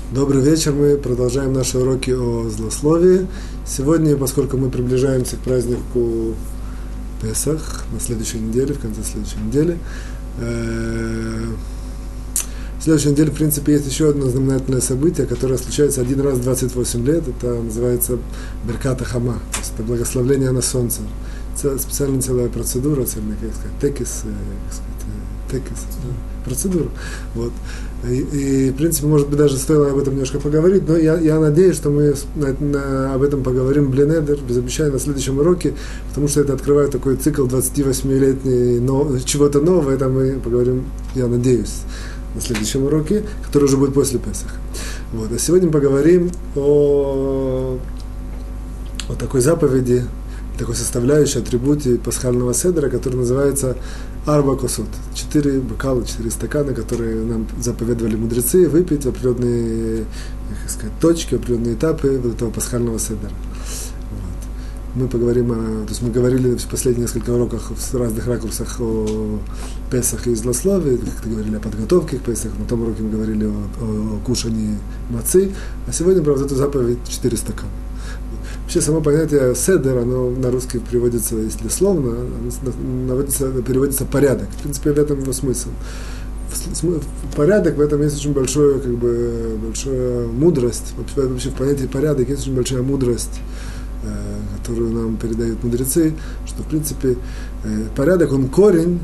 Добрый вечер, мы продолжаем наши уроки о злословии. Сегодня, поскольку мы приближаемся к празднику Песах на следующей неделе, в конце следующей недели, в следующей неделе, в принципе, есть еще одно знаменательное событие, которое случается один раз в 28 лет. Это называется Беркат Хама, то есть это благословление на солнце. Специальная целая процедура, цельный, как сказать, текис, процедура. Вот. И, в принципе, может быть, даже стоило об этом немножко поговорить, но я надеюсь, что мы об этом поговорим Бленедер, без обещания, на следующем уроке, потому что это открывает такой цикл 28-летний чего-то нового, это мы поговорим, я надеюсь, на следующем уроке, который уже будет после Песаха. Вот. А сегодня поговорим о такой заповеди, такой составляющей, атрибуте пасхального седера, который называется Арба Косот. 4 бокала, 4 стакана, которые нам заповедовали мудрецы выпить в определенные, как сказать, точки, определенные этапы вот этого пасхального седера. Вот. Мы поговорим то есть мы говорили в последних нескольких уроках в разных ракурсах о Песах и злословии, как-то говорили о подготовке к Песах, на том уроке мы говорили о кушании мацы, а сегодня, правда, эту заповедь 4 стакана. Вообще, само понятие седер, оно на русский переводится, если дословно, переводится порядок. В принципе, в этом его смысл. Порядок, в этом есть очень большая мудрость. Вообще в понятии порядок есть очень большая мудрость, которую нам передают мудрецы, что, в принципе, порядок, он корень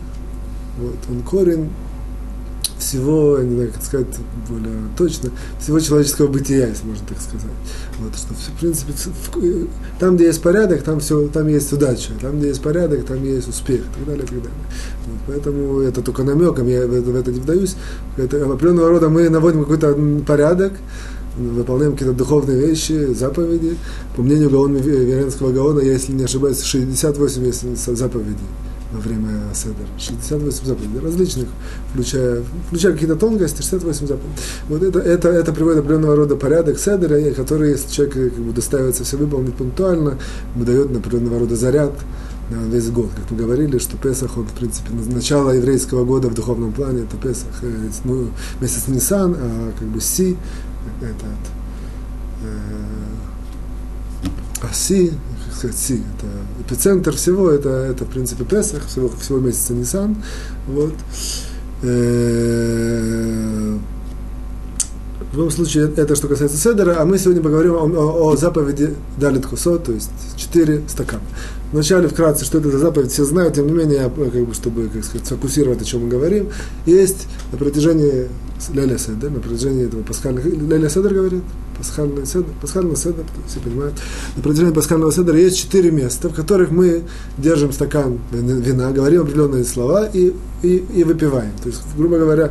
всего, я не знаю, как сказать более точно, всего человеческого бытия, если можно так сказать. Вот, что, в принципе, там, где есть порядок, там есть удача, там, где есть порядок, там есть успех, и так далее, и так далее. Вот, поэтому это только намеком, я в это не вдаюсь. Это определенного рода мы наводим какой-то порядок, выполняем какие-то духовные вещи, заповеди. По мнению Гаона, Веренского Гаона, если не ошибаюсь, 68 заповедей во время седера. 68 заповедей различных, включая какие-то тонкости, 68 заповедей. Вот это приводит определенного рода порядок седера, который, если человек удостаивается все выполнить пунктуально, ему дает определенного рода заряд на весь год. Как мы говорили, что Песах, он, в принципе, начало еврейского года в духовном плане, это Песах, месяц Нисан, а Си, Си, это эпицентр всего, это в принципе Песах, всего месяца Нисан. Вот. В любом случае, это что касается седера, а мы сегодня поговорим о заповеди Далит Косот, то есть 4 стакана. Вначале вкратце, что это за заповедь, все знают, тем не менее, чтобы, как сказать, сфокусировать, о чем мы говорим, есть на протяжении Леля Седер, на протяжении этого пасхального... Леля Седер говорит? Пасхальный седер, все понимают. На протяжении пасхального седера есть 4 места, в которых мы держим стакан вина, говорим определенные слова и выпиваем. То есть, грубо говоря,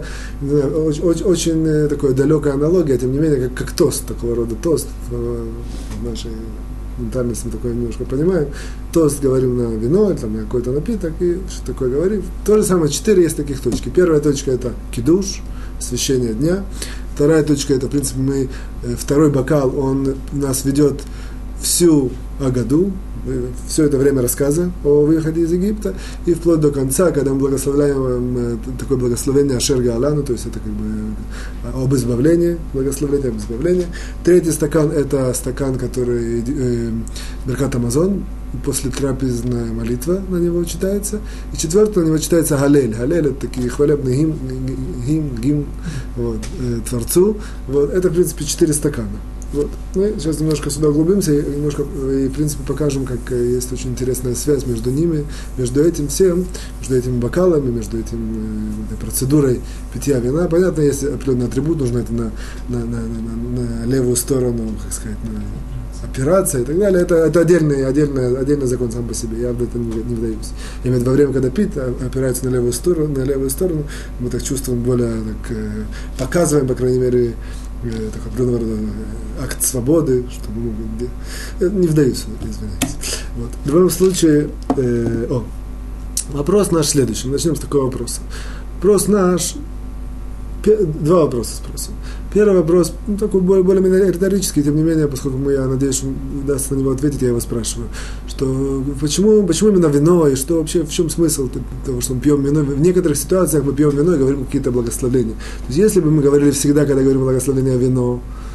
очень такая далекая аналогия, тем не менее, как тост, такого рода тост в нашей ментальности, мы такое немножко понимаем. Тост говорим на вино, или там, на какой-то напиток, и что такое говорим. То же самое, 4 есть таких точки. Первая точка – это кидуш, освящение дня. Вторая точка – это, в принципе, второй бокал, он нас ведет всю Агаду, все это время рассказа о выходе из Египта, и вплоть до конца, когда мы благословляем такое благословение Ашер Гаалану, то есть это как бы об избавлении, благословение об избавлении. Третий стакан – это стакан, который Беркат Амазон, после трапезная молитва на него читается. И четвертый на него читается Галель. Галель – это такие хвалебные гимн Творцу. Вот. Это, в принципе, 4 стакана. Вот. Мы сейчас немножко сюда углубимся и в принципе, покажем, как есть очень интересная связь между ними, между этим всем, между этими бокалами, между этой процедурой питья вина. Понятно, есть определенный атрибут, нужно это на левую сторону, как сказать, опираться и так далее. Это отдельный закон сам по себе, я в это не вдаюсь. Я имею в виду, во время, когда пит, опирается на левую сторону, мы так чувствуем более, показываем, по крайней мере, такой определенного рода акт свободы, что мы не вдаюсь, извиняюсь. Вот. В любом случае, вопрос наш следующий. Начнем с такого вопроса. Вопрос наш, 2 вопроса спросим. Первый вопрос, такой более-менее риторический, тем не менее, поскольку я надеюсь, что удастся на него ответить, я его спрашиваю, что почему именно вино, и что вообще, в чем смысл того, что мы пьем вино? В некоторых ситуациях мы пьем вино и говорим какие-то благословения. То есть, если бы мы говорили всегда, когда говорим благословение вино,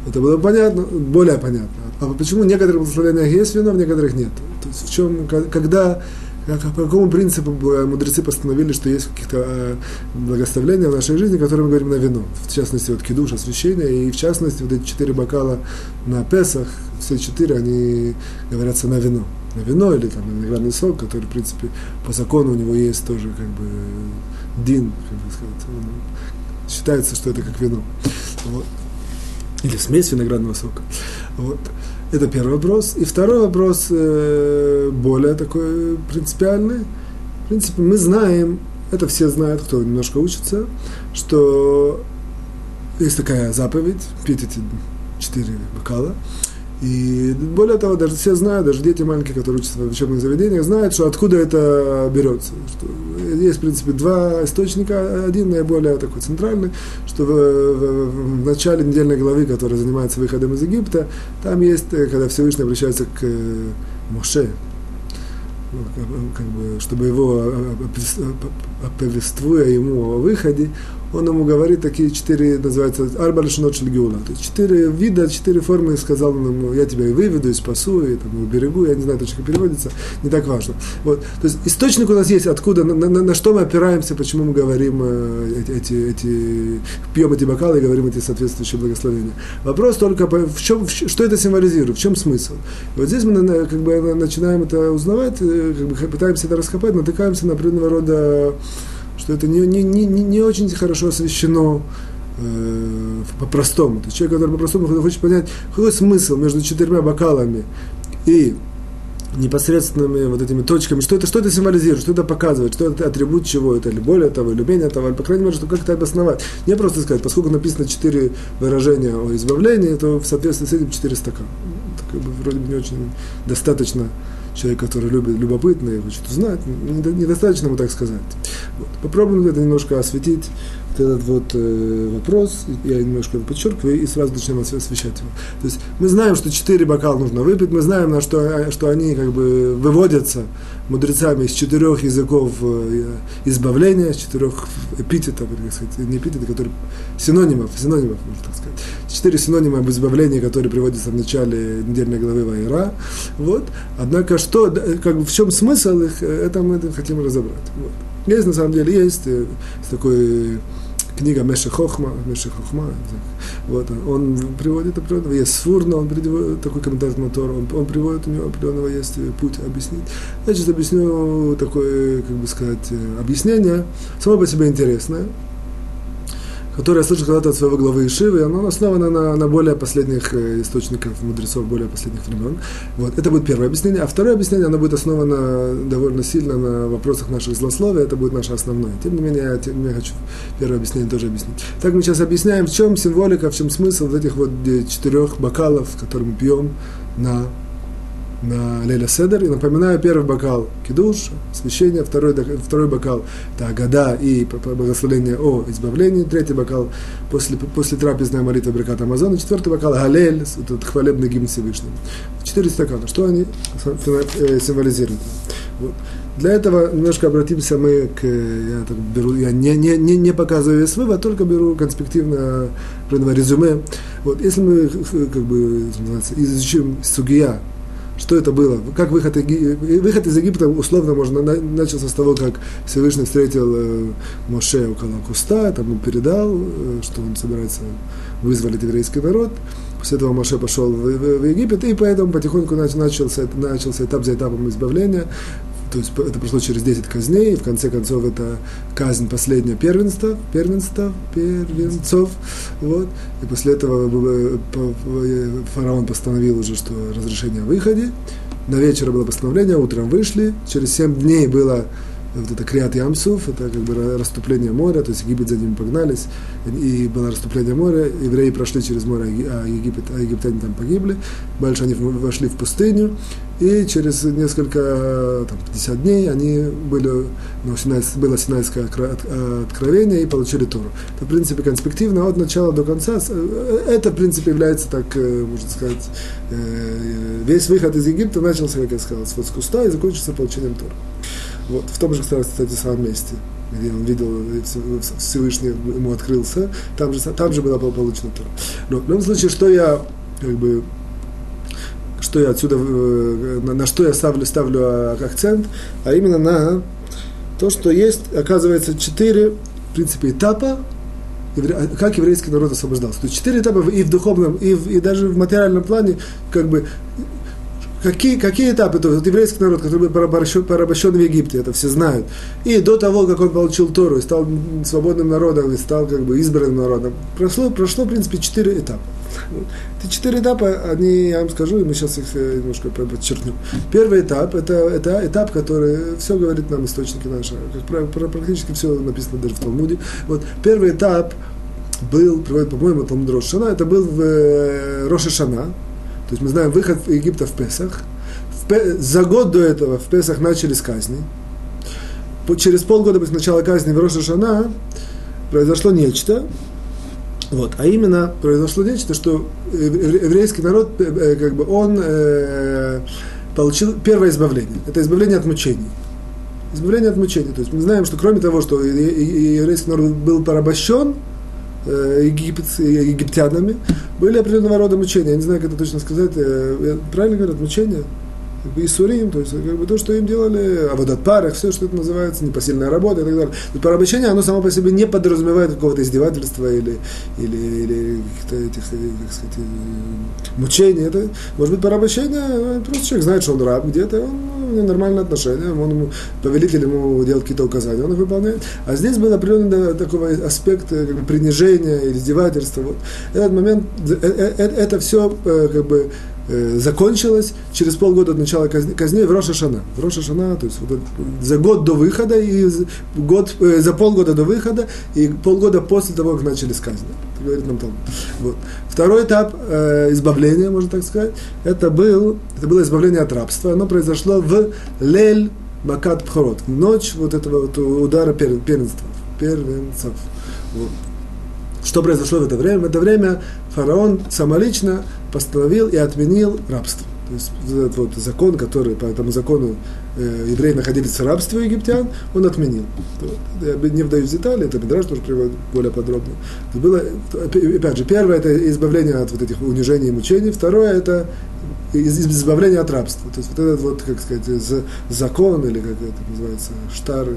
Это было понятно, более понятно. А почему в некоторых благословениях есть вино, в некоторых нет? То есть в чем, когда, по какому принципу мудрецы постановили, что есть какие-то благословения в нашей жизни, которые мы говорим на вино. В частности, вот кидуш, освящение, и в частности, вот эти 4 бокала на Песах, все 4, они говорятся на вино. На вино или там виноградный сок, который, в принципе, по закону у него есть тоже как бы дин, как бы сказать, считается, что это как вино. Вот. Или смесь виноградного сока. Вот. Это первый вопрос. И второй вопрос, более такой принципиальный. В принципе, мы знаем, это все знают, кто немножко учится, что есть такая заповедь, пить эти 4 бокала. И более того, даже все знают, даже дети маленькие, которые учатся в учебных заведениях, знают, что откуда это берется. Что есть, в принципе, 2 источника. Один наиболее такой центральный, что в начале недельной главы, которая занимается выходом из Египта, там есть, когда Всевышний обращается к Моше, как бы, чтобы его, оповествуя ему о выходе, он ему говорит такие 4, называется, арба лешонот шель геула. То есть 4 вида, 4 формы, сказал он ему, я тебя и выведу, и спасу, и там, уберегу, я не знаю точно, как переводится, не так важно. Вот. То есть источник у нас есть, откуда, на что мы опираемся, почему мы говорим пьем эти бокалы и говорим эти соответствующие благословения. Вопрос только, в чем, что это символизирует, в чем смысл. И вот здесь мы как бы начинаем это узнавать, как бы пытаемся это раскопать, натыкаемся на определенного рода, что это не очень хорошо освещено по-простому. То есть человек, который по-простому хочет понять, какой смысл между 4 бокалами и непосредственными вот этими точками, что это символизирует, что это показывает, что это атрибут чего, это или более того, или менее того, или, по крайней мере, чтобы как-то обосновать. Не просто сказать, поскольку написано 4 выражения о избавлении, то в соответствии с этим 4 стакана. Это как бы вроде бы не очень достаточно. Человек, который любопытный, хочет узнать, недостаточно ему так сказать. Вот. Попробуем это немножко осветить, вот этот вот вопрос, я немножко подчеркиваю, и сразу начнем освещать его. То есть мы знаем, что 4 бокала нужно выпить, мы знаем, что они как бы выводятся мудрецами из 4 языков избавления, из 4 эпитетов, или, так сказать, не эпитетов, которые синонимов, можно так сказать. 4 синонима об избавлении, которые приводятся в начале недельной главы Ваера. Вот. Однако, как бы, в чем смысл их, это мы хотим разобрать. Вот. Есть, на самом деле, есть такой книга Мешех Хохма, вот, он приводит определенного, есть Сфурна, он приводит такой комментарий на Тору, он приводит, у него определенного есть путь объяснить. Я сейчас объясню такое, как бы сказать, объяснение, само по себе интересное, которое я слышал когда-то от своего главы Ешивы, оно основано на более последних источниках мудрецов, более последних времен. Вот. Это будет первое объяснение. А второе объяснение, оно будет основано довольно сильно на вопросах наших злословий, это будет наше основное. Тем не менее, я хочу первое объяснение тоже объяснить. Так мы сейчас объясняем, в чем символика, в чем смысл вот этих вот 4 бокалов, которые мы пьем на Лейля Седер. И напоминаю, первый бокал кидуш, освящение, второй бокал это агада и благословение о избавлении, третий бокал после трапезной молитвы Беркат Амазон, и 4 бокал галель, этот хвалебный гимн Всевышнему. 4 стакана. Что они символизируют? Вот. Для этого немножко обратимся мы к... Я не показываю весь вывод, только беру конспективно резюме. Вот. Если мы как бы изучим сугия, что это было? Как выход из Египта условно начался с того, как Всевышний встретил Моше около куста, там он передал, что он собирается вызволить еврейский народ. После этого Моше пошел в Египет, и поэтому потихоньку начался этап за этапом избавления. То есть это прошло через 10 казней, и в конце концов это казнь последняя первенцов. Вот. И после этого фараон постановил уже, что разрешение о выходе. На вечер было постановление, утром вышли, через 7 дней было вот это Криат Ямсуф, это как бы расступление моря, то есть Египет за ними погнались, и было расступление моря, евреи прошли через море, а египтяне там погибли, дальше они вошли в пустыню, и через несколько, 50 дней было Синайское откровение, и получили Тору. Это, в принципе, конспективно от начала до конца, это, в принципе, является, так, можно сказать, весь выход из Египта начался, как я сказал, с куста и закончился получением Торы. Вот, в том же, кстати, самом месте. где он видел, Всевышний ему открылся, там же была получена Тора. Но в любом случае, что я отсюда, на что я ставлю акцент, а именно на то, что есть, оказывается, 4, в принципе, этапа, как еврейский народ освобождался. То есть 4 этапа и в духовном, и даже в материальном плане, как бы, какие этапы? То есть еврейский народ, который был порабощен в Египте, это все знают. И до того, как он получил Тору, и стал свободным народом, и стал как бы избранным народом, прошло в принципе, 4 этапа. Эти 4 этапа, я вам скажу, и мы сейчас их немножко подчеркнем. Первый этап, это этап, который все говорит нам источники наши, практически все написано даже в Талмуде. Вот, первый этап был, приводит, по-моему, Талмуд Рош Шана, это был в Рош Шана. То есть мы знаем выход из Египта в Песах. За год до этого в Песах начались казни. Через полгода после начала казни в Рош Шана произошло нечто. Вот, а именно произошло нечто, что еврейский народ, как бы, он получил первое избавление. Это избавление от мучений. Избавление от мучений. То есть мы знаем, что кроме того, что еврейский народ был порабощен египтянами, были определенного рода мучения. Я не знаю, как это точно сказать. Правильно говорят, мучения? Исурим, то есть как бы то, что им делали, аводат парах, все, что это называется, непосильная работа и так далее. Порабощение, оно само по себе не подразумевает какого-то издевательства или каких-то этих, как сказать, мучений. Это, может быть, порабощение, просто человек знает, что он раб где-то, у него нормальные отношения, повелитель ему делает какие-то указания, он их выполняет. А здесь был определенный такой аспект как бы, принижения или издевательства. Вот. Этот момент, это все как бы закончилось через полгода от начала казни в Рош Шана. В Рош Шана, то есть вот за год до выхода, и за полгода до выхода, и полгода после того, как начались казни. Это говорит нам Талмуд. Вот. Второй этап избавления, можно так сказать, это было избавление от рабства. Оно произошло в Лель Макат Пхорот, ночь вот этого вот удара первенцев. Вот. Что произошло в это время? В это время фараон самолично постановил и отменил рабство. То есть этот вот закон, который по этому закону евреи находились в рабстве у египтян, он отменил. Я не вдаюсь в детали, это Мидраш тоже приводит более подробно. Это было, опять же, первое – это избавление от вот этих унижений и мучений, второе – это избавление от рабства. То есть вот этот вот, как сказать, закон, или как это называется, штар,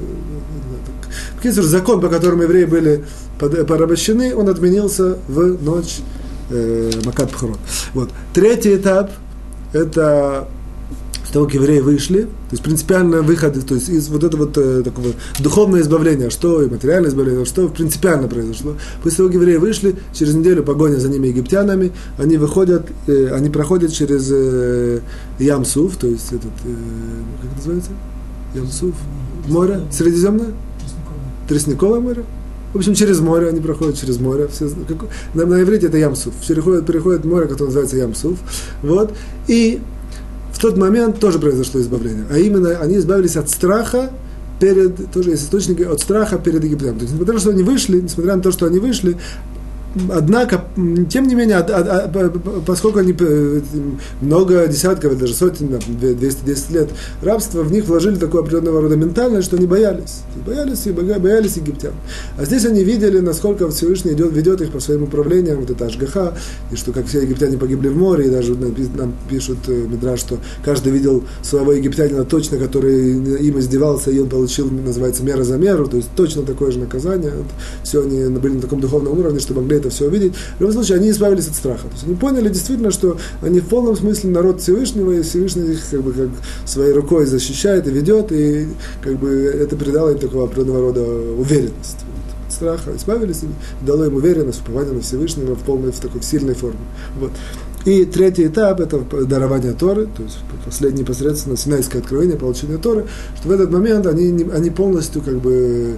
закон, по которому евреи были порабощены, он отменился в ночь Макат Пхорот. Вот. Третий этап – это с того, как евреи вышли, то есть принципиальный выход, то есть из вот этого вот такого духовного избавления, что и материальное избавление, что принципиально произошло. После того, как евреи вышли, через неделю погоня за ними египтянами, они проходят через Ям-Суф, то есть этот, как это называется? Ям-Суф, море, Средиземное? Тростниковое море? В общем, через море, они проходят через море. На иврите это Ям-Суф. Переходят море, которое называется Ям-Суф. Вот. И в тот момент тоже произошло избавление. А именно, они избавились от страха тоже есть источники, от страха перед египтянами. То есть, несмотря на то, что они вышли, однако, тем не менее, поскольку они много десятков, или даже сотен, 210 лет рабства, в них вложили такое определенного рода ментальное, что они боялись египтян. А здесь они видели, насколько Всевышний ведет их по своим управлениям, вот это Ашгаха, и что как все египтяне погибли в море, и даже нам пишут Мидраш, что каждый видел своего египтянина точно, который им издевался, и он получил, называется, мера за меру, то есть точно такое же наказание. Вот. Все они были на таком духовном уровне, что могли это все увидеть. В любом случае, они избавились от страха. То есть они поняли действительно, что они в полном смысле народ Всевышнего, и Всевышний их как своей рукой защищает и ведет, и как бы это придало им такого определенного рода уверенности. Вот. От страха избавились, и дало им уверенность, упование на Всевышнего в такой сильной форме. Вот. И третий этап – это дарование Торы, то есть последнее непосредственно синайское откровение, получение Торы, что в этот момент они полностью как бы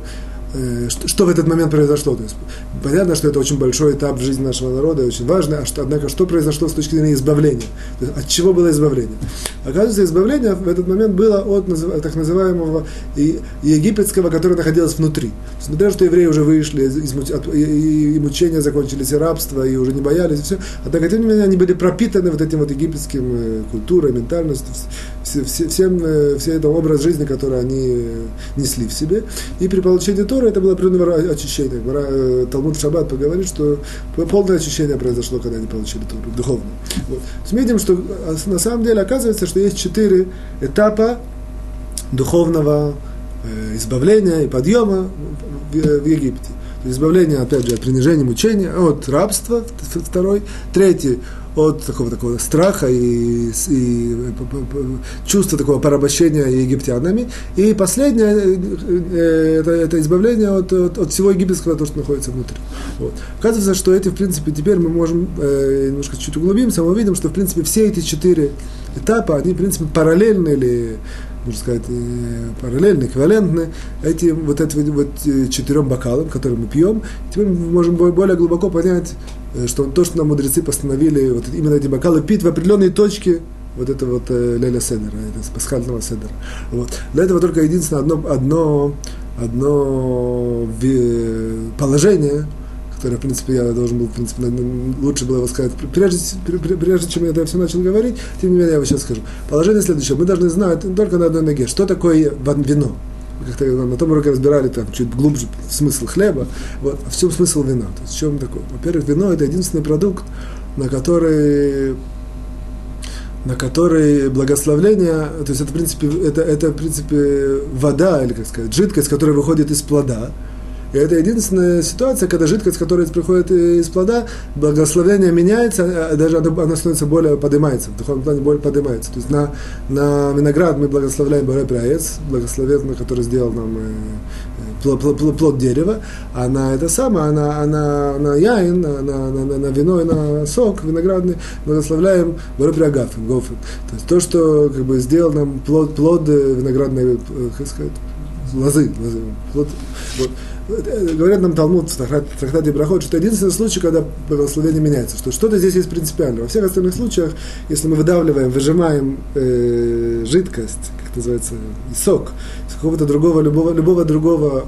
что в этот момент произошло. То есть, понятно, что это очень большой этап в жизни нашего народа, очень важный, однако что произошло с точки зрения избавления? То есть, от чего было избавление? Оказывается, избавление в этот момент было от так называемого египетского, которое находилось внутри. Несмотря на то, что евреи уже вышли, и мучения закончились, и рабство, и уже не боялись, и все, однако, тем не менее, они были пропитаны вот этим вот египетским культурой, ментальностью, все это образ жизни, который они несли в себе. И при получении Торы это было определенного очищения. Талмуд в Шаббат поговорит, что полное очищение произошло, когда они получили Тору, духовно. Вот. Мы видим, что на самом деле оказывается, что есть 4 этапа духовного избавления и подъема в Египте. Избавление, опять же, от принижения, мучения, от рабства, второй, третий, от такого страха и чувства такого порабощения египтянами. И последнее, это избавление от всего египетского, то, что находится внутри. Вот. Оказывается, что эти, в принципе, теперь мы можем немножко чуть углубимся, мы увидим, что, в принципе, все эти 4 этапа, они, в принципе, параллельны или, можно сказать, параллельно, эквивалентны этим вот 4 бокалам, которые мы пьем. Теперь мы можем более глубоко понять, что то, что нам мудрецы постановили, вот именно эти бокалы пить в определенной точке вот это вот Лейля Седера, это пасхального Седера. Вот. Для этого только единственное одно положение, которое, в принципе, я должен был, в принципе, лучше было его сказать, прежде чем я это все начал говорить, тем не менее, я его сейчас скажу. Положение следующее. Мы должны знать только на одной ноге, что такое вино. Как-то на том уроке разбирали там, чуть глубже смысл хлеба, вот, а в чем смысл вина. То есть, в чем такое? Во-первых, вино – это единственный продукт, на который благословление, то есть это, в принципе, вода, или, как сказать, жидкость, которая выходит из плода. И это единственная ситуация, когда жидкость, которая приходит из плода, благословение меняется, даже она становится более поднимается, в духовном плане более поднимается. То есть на виноград мы благословляем Боре Праец, благословенно, который сделал нам плод дерева, а на это самое, на яин, на вино и на сок виноградный благословляем Боре Прагафен, Гофен. То есть то, что как бы сделал нам плод виноградной, как сказать, лозы. Вот. Говорят нам Талмуд в трактате Брахот, что это единственный случай, когда благословение меняется, что что-то здесь есть принципиально. Во всех остальных случаях, если мы выжимаем жидкость, как называется, сок, из какого-то любого другого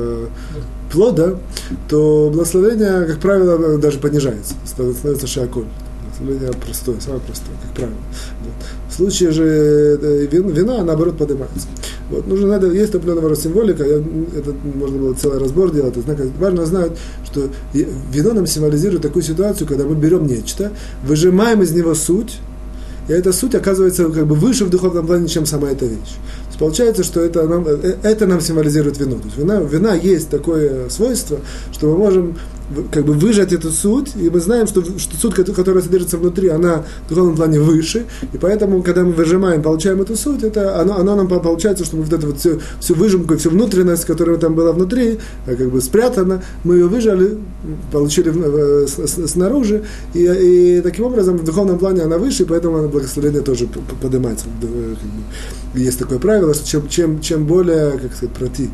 плода, то благословение, как правило, даже понижается, становится шиаколь. Благословение простое, самое простое, как правило. Вот. В случае же вина, наоборот, поднимается. Вот. Есть определенного рода символика, это можно было целый разбор делать, однако важно знать, что вино нам символизирует такую ситуацию, когда мы берем нечто, выжимаем из него суть, и эта суть оказывается как бы выше в духовном плане, чем сама эта вещь. То есть получается, что это нам символизирует вино. То есть вина есть такое свойство, что мы можем как бы выжать эту суть, и мы знаем, что суть, которая содержится внутри, она в духовном плане выше, и поэтому, когда мы выжимаем, получаем эту суть, она нам получается, что мы вот эту вот всю выжимку, всю внутренность, которая там была внутри, как бы спрятана, мы ее выжали, получили снаружи, и таким образом в духовном плане она выше, и поэтому благословение тоже поднимается. Как бы, есть такое правило, что чем более, как сказать,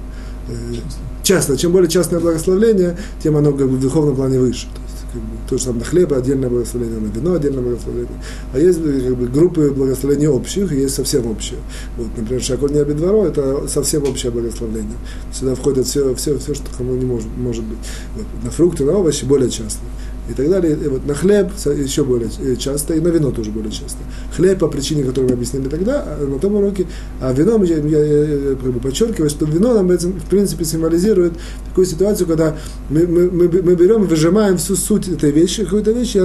чем более частное благословление, тем оно как бы в духовном плане выше. То есть, как бы, то же самое на хлеб отдельное благословение, на вино отдельное благословение. А есть как бы, группы благословений общих, и есть совсем общие. Вот, например, Шаколь не обидворо, это совсем общее благословение. Сюда входит все что кому не может быть. Вот, на фрукты, на овощи более часто. И так далее. И вот на хлеб еще более часто, и на вино тоже более часто. Хлеб по причине, которую мы объяснили тогда, на том уроке, а вино, я как бы подчеркиваю, что вино нам, в принципе, символизирует такую ситуацию, когда мы берем, выжимаем всю суть этой вещи, какой-то вещи,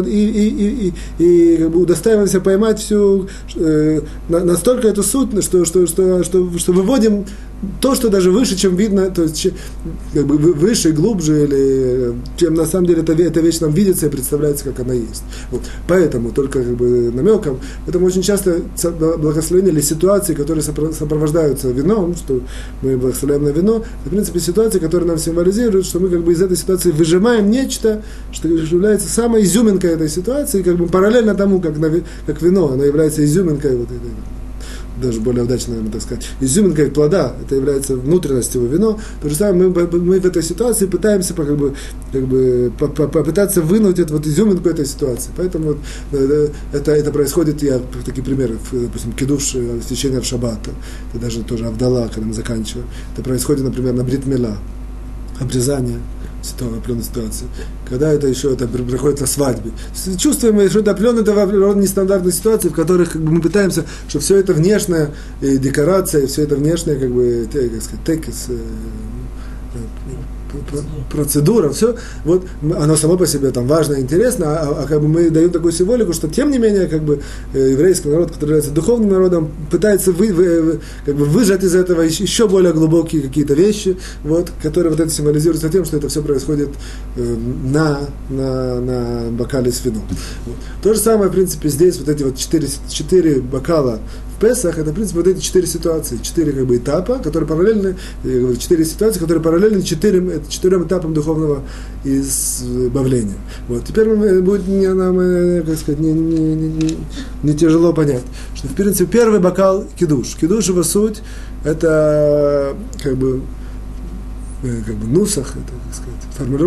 и как бы удостаиваемся поймать всю, настолько эту суть, что выводим то, что даже выше, чем видно, то есть как бы выше, глубже, или чем на самом деле эта вещь нам видится и представляется, как она есть. Вот. Поэтому, только как бы намеком, поэтому очень часто благословение или ситуации, которые сопровождаются вином, что мы благословляем на вино, это, в принципе, ситуации, которые нам символизируют, что мы как бы из этой ситуации выжимаем нечто, что является самой изюминкой этой ситуации, как бы параллельно тому, как вино, оно является изюминкой вот этой. даже более удачно, наверное, так сказать, изюминкой плода, это является внутренность его вино. То же самое мы в этой ситуации пытаемся попытаться вынуть эту вот изюминку этой ситуации. Поэтому вот, это происходит, я такие примеры, допустим, кидуш, освящение в шаббат, это даже тоже авдала, когда мы заканчиваем. Это происходит, например, на брит мила, обрезание определенной ситуации, когда это еще проходит на свадьбе. Чувствуем, что это определенные нестандартные ситуации, в которых мы пытаемся, что все это внешняя декорация, все это внешняя, текис, процедура, все, вот оно само по себе там важно и интересно, а мы даем такую символику, что тем не менее, еврейский народ, который является духовным народом, пытается выжать из этого еще более глубокие какие-то вещи, вот, которые вот это символизируются тем, что это все происходит на бокале с вином. Вот. То же самое, в принципе, здесь вот эти вот 4 бокала в Песах, это, в принципе, вот эти 4 ситуации, 4 этапа, которые параллельны, 4 ситуации, которые параллельны 4 этапам духовного избавления. Вот. Теперь будет нам, не тяжело понять, что, в принципе, первый бокал кидуш. Кидуш, его суть, это нусах, это, так сказать,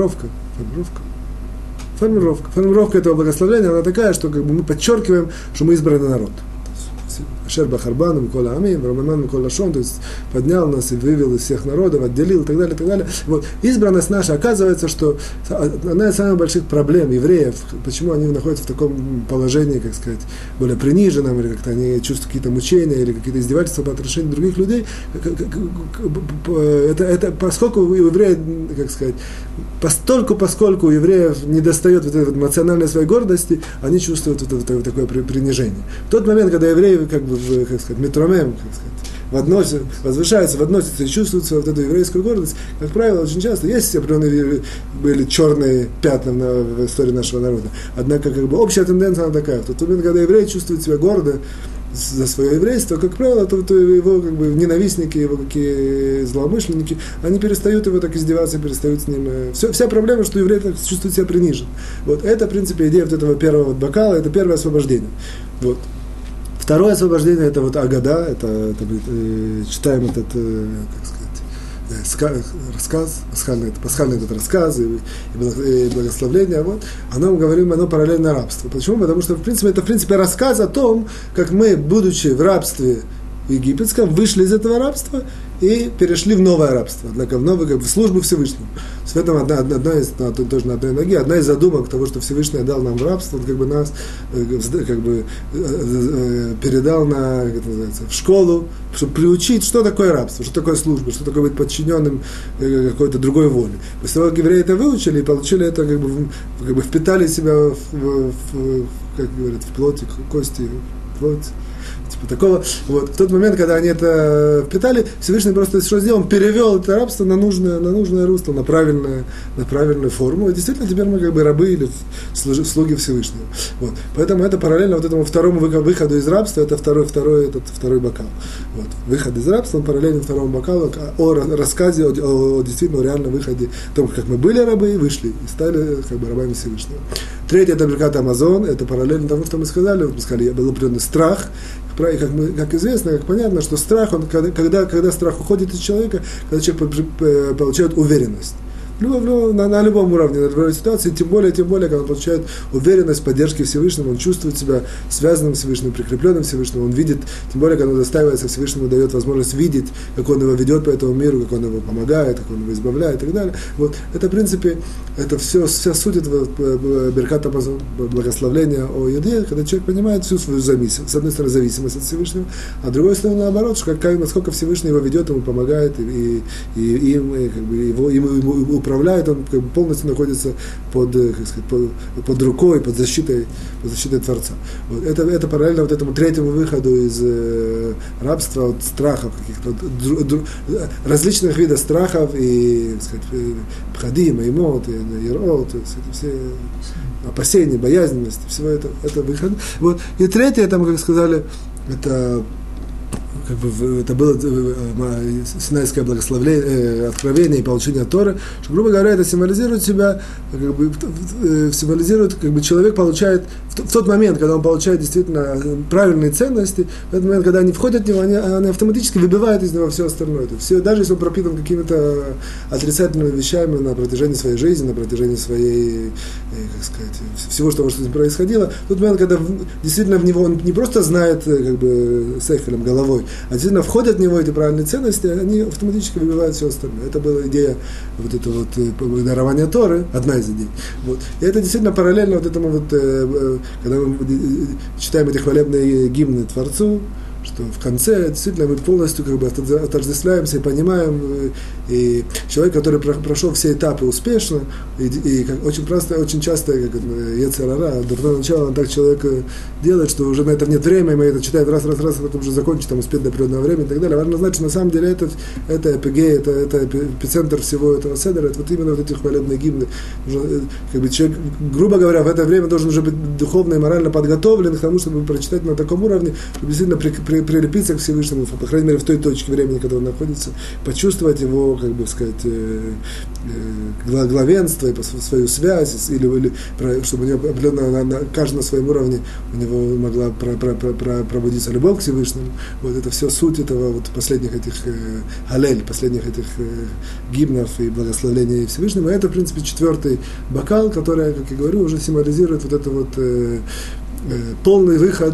формулировка этого благословения, она такая, что мы подчеркиваем, что мы избранный народ. Ашер бахарбану микола амим, рамаман микола шон, то есть поднял нас и вывел из всех народов, отделил и так далее, и так далее. Вот. Избранность наша, оказывается, что одна из самых больших проблем евреев, почему они находятся в таком положении, как сказать, более приниженном, или как-то они чувствуют какие-то мучения, или какие-то издевательства по отношению к других людей, это поскольку у евреев, как сказать, поскольку у евреев не достает вот этой эмоциональной своей гордости, они чувствуют вот такое принижение. В тот момент, когда евреи метромем, возвышаются, возносятся и чувствуют свою вот эту еврейскую гордость, как правило, очень часто есть определенные были черные пятна в истории нашего народа. Однако общая тенденция она такая. В тот момент, когда еврей чувствует себя гордо за свое еврейство, как правило, то его ненавистники, его какие злоумышленники, они перестают его так издеваться, перестают с ним. Вся проблема, что еврей так чувствует себя принижен. Вот это, в принципе, идея вот этого первого бокала, это первое освобождение. Вот. Второе освобождение, это вот Агада, это читаем этот, рассказ, пасхальный этот рассказ и благословление, вот, оно параллельно рабству. Почему? Потому что, в принципе, рассказ о том, как мы, будучи в рабстве египетском, вышли из этого рабства и перешли в новое рабство, в службу Всевышнему. В этом тоже на одной ноге, одна из задумок того, что Всевышний дал нам в рабство, он нас передал в школу, чтобы приучить, что такое рабство, что такое служба, что такое быть подчиненным какой-то другой воле. После того, как евреи это выучили и получили это, впитали себя как говорят, в плоть, кости, плоть. Типа такого. Вот. В тот момент, когда они это впитали, Всевышний просто что сделал? Он перевел это рабство на нужное русло, на правильную форму. И действительно, теперь мы рабы или слуги Всевышнего. Вот. Поэтому это параллельно вот этому второму выходу из рабства, это второй бокал. Вот. Выход из рабства, он параллельно второму бокалу о рассказе, о действительно реальном выходе, о том, как мы были рабы и вышли, и стали рабами Всевышнего. Третье, это Беркат Амазон, это параллельно тому, что мы сказали. Вот мы сказали, был определенный страх. И как известно, как понятно, что страх, когда страх уходит из человека, когда человек получает уверенность. На любом уровне, на любой ситуации, тем более, когда он получает уверенность, поддержки Всевышнего, он чувствует себя связанным с Всевышним, прикрепленным к Всевышнему, он видит, тем более, когда он достаивается Всевышнему, дает возможность видеть, как он его ведет по этому миру, как он его помогает, как он его избавляет и так далее. Вот. Это, в принципе, это вся суть этого Беркат Амазон, благословления о еде, когда человек понимает всю свою зависимость, с одной стороны, зависимость от Всевышнего, а с другой стороны, наоборот, что насколько Всевышний его ведет, ему помогает, и им управляет, он полностью находится под рукой, под защитой Творца. Вот. Это параллельно вот этому третьему выходу из рабства, от страхов каких-то, различных видов страхов и, пхадим, имот, ирот, все опасения, боязненность, всего это выход. Вот. И третье, там, как сказали, это как бы это было синайское благословение, откровение и получение Торы, что, грубо говоря, это символизирует себя, как бы, символизирует, как бы человек получает, в тот момент, когда он получает действительно правильные ценности, в этот момент, когда они входят в него, они автоматически выбивают из него все остальное. Это все, даже если он пропитан какими-то отрицательными вещами на протяжении своей жизни, на протяжении своей, как сказать, всего, что с ним происходило, в тот момент, когда действительно в него он не просто знает, как бы, сехелем, головой, а действительно входят в него эти правильные ценности, они автоматически выбивают все остальное. Это была идея вот этого вот дарования Торы, одна из идей. Вот. И это действительно параллельно вот этому вот, когда мы читаем эти хвалебные гимны Творцу, что в конце действительно мы полностью как бы отождествляемся и понимаем, и человек, который прошел все этапы успешно, и как, очень часто, как Йецер Гара, дурное начало, он так человека делает, что уже на это нет времени, мы это читаем раз, потом уже закончить, там, успеть до определенного времени и так далее. Важно знать, что на самом деле это эпигей, это эпицентр всего этого седера, это вот именно вот эти хвалебные гимны. Как бы человек, грубо говоря, в это время должен уже быть духовно и морально подготовлен к тому, чтобы прочитать на таком уровне, чтобы действительно прилепиться к Всевышнему, по крайней мере, в той точке времени, когда он находится, почувствовать его, как бы сказать, главенство, свою связь, или чтобы у него определенно каждый на своем уровне у него могла пробудиться любовь к Всевышнему. Вот это все суть этого вот последних этих галель, последних этих гимнов и благословений Всевышнему. И это, в принципе, 4-й бокал, который, как я говорю, уже символизирует вот это вот полный выход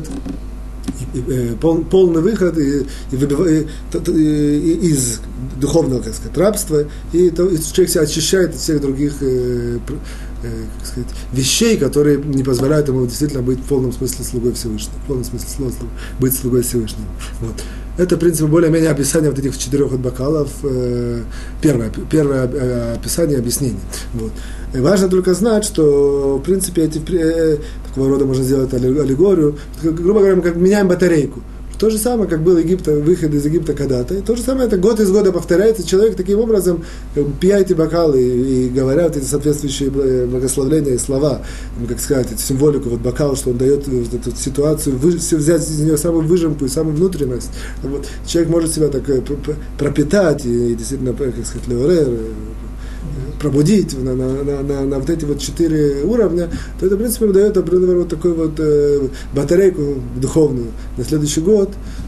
из духовного, как сказать, рабства, и человек себя очищает от всех других как сказать, вещей, которые не позволяют ему действительно быть в полном смысле слугой Всевышнего, в полном смысле слова быть слугой Всевышнего. Вот. Это, в принципе, более-менее описание вот этих 4 бокалов, первое описание, объяснение. Вот. И важно только знать, что, в принципе, такого рода можно сделать аллегорию, грубо говоря, мы как меняем батарейку. То же самое, как был выход из Египта когда-то. И то же самое, это год из года повторяется. Человек таким образом, пья эти бокалы и говорят эти соответствующие благословления и слова, как сказать, эту символику, вот бокал, что он дает вот эту ситуацию, взять из нее самую выжимку и самую внутренность. Вот. Человек может себя так пропитать и действительно, как сказать, леорер, пробудить на вот эти вот 4 уровня, то это, в принципе, дает, например, вот такую вот батарейку духовную на следующий год,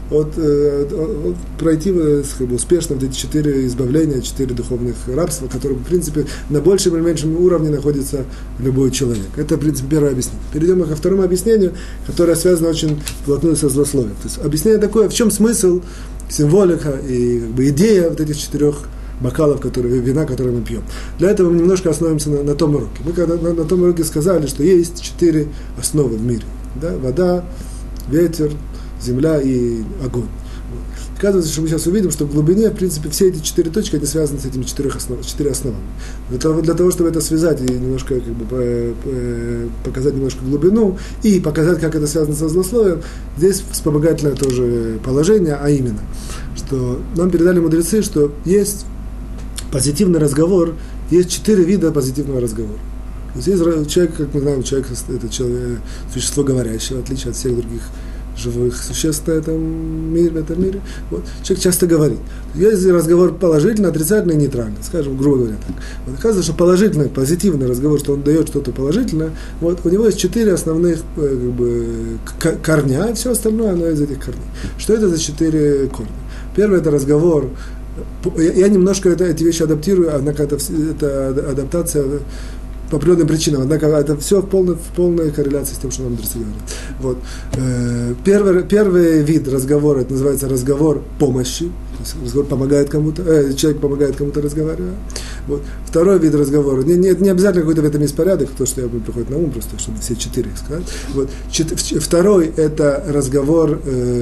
пройти как бы, успешно вот эти 4 избавления, 4 духовных рабства, которые, в принципе, на большем или меньшем уровне находится любой человек. Это, в принципе, первое объяснение. Перейдем ко второму объяснению, которое связано очень вплотную со злословием. То есть объяснение такое, в чем смысл, символика и как бы, идея вот этих 4 бокалов, вина, которые мы пьем. Для этого мы немножко остановимся на том уроке. Мы когда на том уроке сказали, что есть 4 основы в мире. Да? Вода, ветер, земля и огонь. Вот. Оказывается, что мы сейчас увидим, что в глубине, в принципе, все эти 4 точки, они связаны с этими 4 основами. Для того, чтобы это связать и немножко как бы, показать немножко глубину и показать, как это связано со злословием, здесь вспомогательное тоже положение, а именно, что нам передали мудрецы, что есть позитивный разговор, есть 4 вида позитивного разговора. То есть человек, как мы знаем, человек это существо говорящее, в отличие от всех других живых существ в этом мире. Вот. Человек часто говорит. Есть разговор положительный, отрицательный, нейтральный, скажем, грубо говоря так. Вот. Оказывается, что положительный, позитивный разговор, что он дает что-то положительное, вот, у него есть 4 основных как бы, корня, а все остальное, оно из этих корней. Что это за 4 корня? Первый – это разговор. Я немножко эти вещи адаптирую, однако это адаптация по определенным причинам, однако это все в полной корреляции с тем, что нам мудрецы говорят. Вот. Первый вид разговора, это называется разговор помощи, то есть разговор помогает кому-то, человек помогает кому-то разговаривая. Вот. Второй вид разговора, не обязательно какой-то в этом есть порядок, то, что мне приходит на ум, просто чтобы все 4 сказать. Вот. Второй – это разговор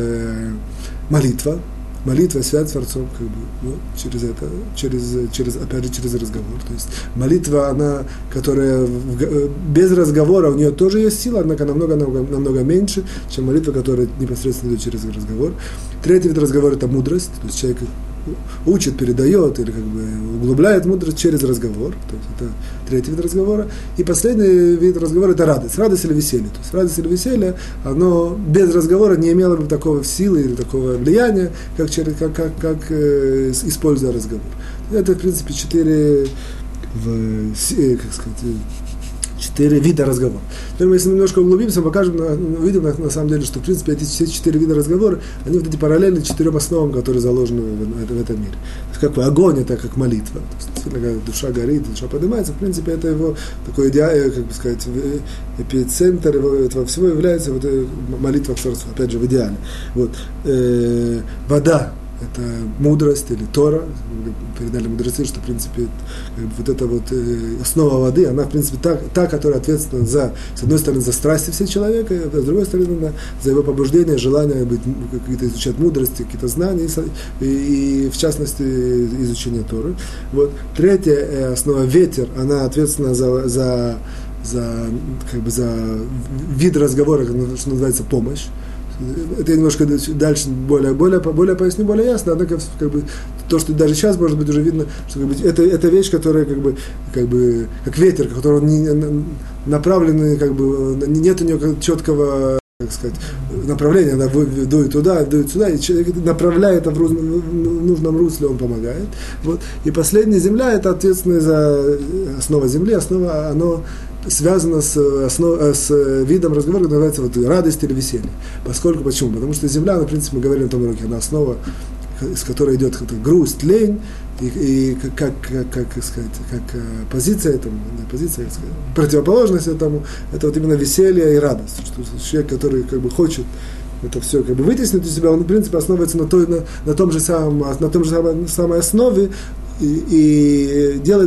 молитва. Молитва, связь с Творцом, как бы, вот, через опять же, через разговор. То есть молитва, она, которая без разговора, у нее тоже есть сила, однако намного меньше, чем молитва, которая непосредственно идет через разговор. Третий вид разговора – это мудрость, то есть человек учит, передает или как бы углубляет мудрость через разговор. То есть это третий вид разговора. И последний вид разговора – это радость. Радость или веселье. То есть радость или веселье, оно без разговора не имело бы такого силы или такого влияния, как используя разговор. Это, в принципе, четыре вида разговора. Теперь мы, если немножко углубимся, покажем, увидим на самом деле, что в принципе эти все 4 вида разговора, они вот эти параллельны 4 основам, которые заложены в этом мире. Как огонь, это как молитва. То есть, когда душа горит, душа поднимается, в принципе, это его такой как бы сказать, эпицентр этого всего является вот молитва к Творцу, опять же, в идеале. Вот. Вода. Это мудрость или Тора. Передали мудрецы, что, в принципе, как бы, вот эта вот основа воды, она, в принципе, та, которая ответственна за, с одной стороны, за страсти всего человека, а с другой стороны, за его побуждение, желание быть, какие-то изучать мудрости, какие-то знания, и в частности, изучение Торы. Вот. Третья основа ветер, она ответственна за вид разговора, что называется помощь. Это я немножко дальше более поясню, более ясно, однако как бы, то, что даже сейчас может быть уже видно, что как бы, это вещь, которая как ветер, который не направленный, как бы, нет у него четкого, как сказать, направления, она дует туда, дует сюда, и человек направляет это в нужном русле, он помогает. Вот. И последняя земля, это ответственная за основа земли, оно связано с видом разговора, который называется вот, радость или веселье. Почему? Потому что земля, в принципе, мы говорили на том уроке, она основа, из которой идет грусть, лень, и как позиция этому, позиция, противоположность этому, это вот именно веселье и радость. Что человек, который как бы хочет это все как бы вытеснить из себя, он, в принципе, основывается на том же самой основе, и делает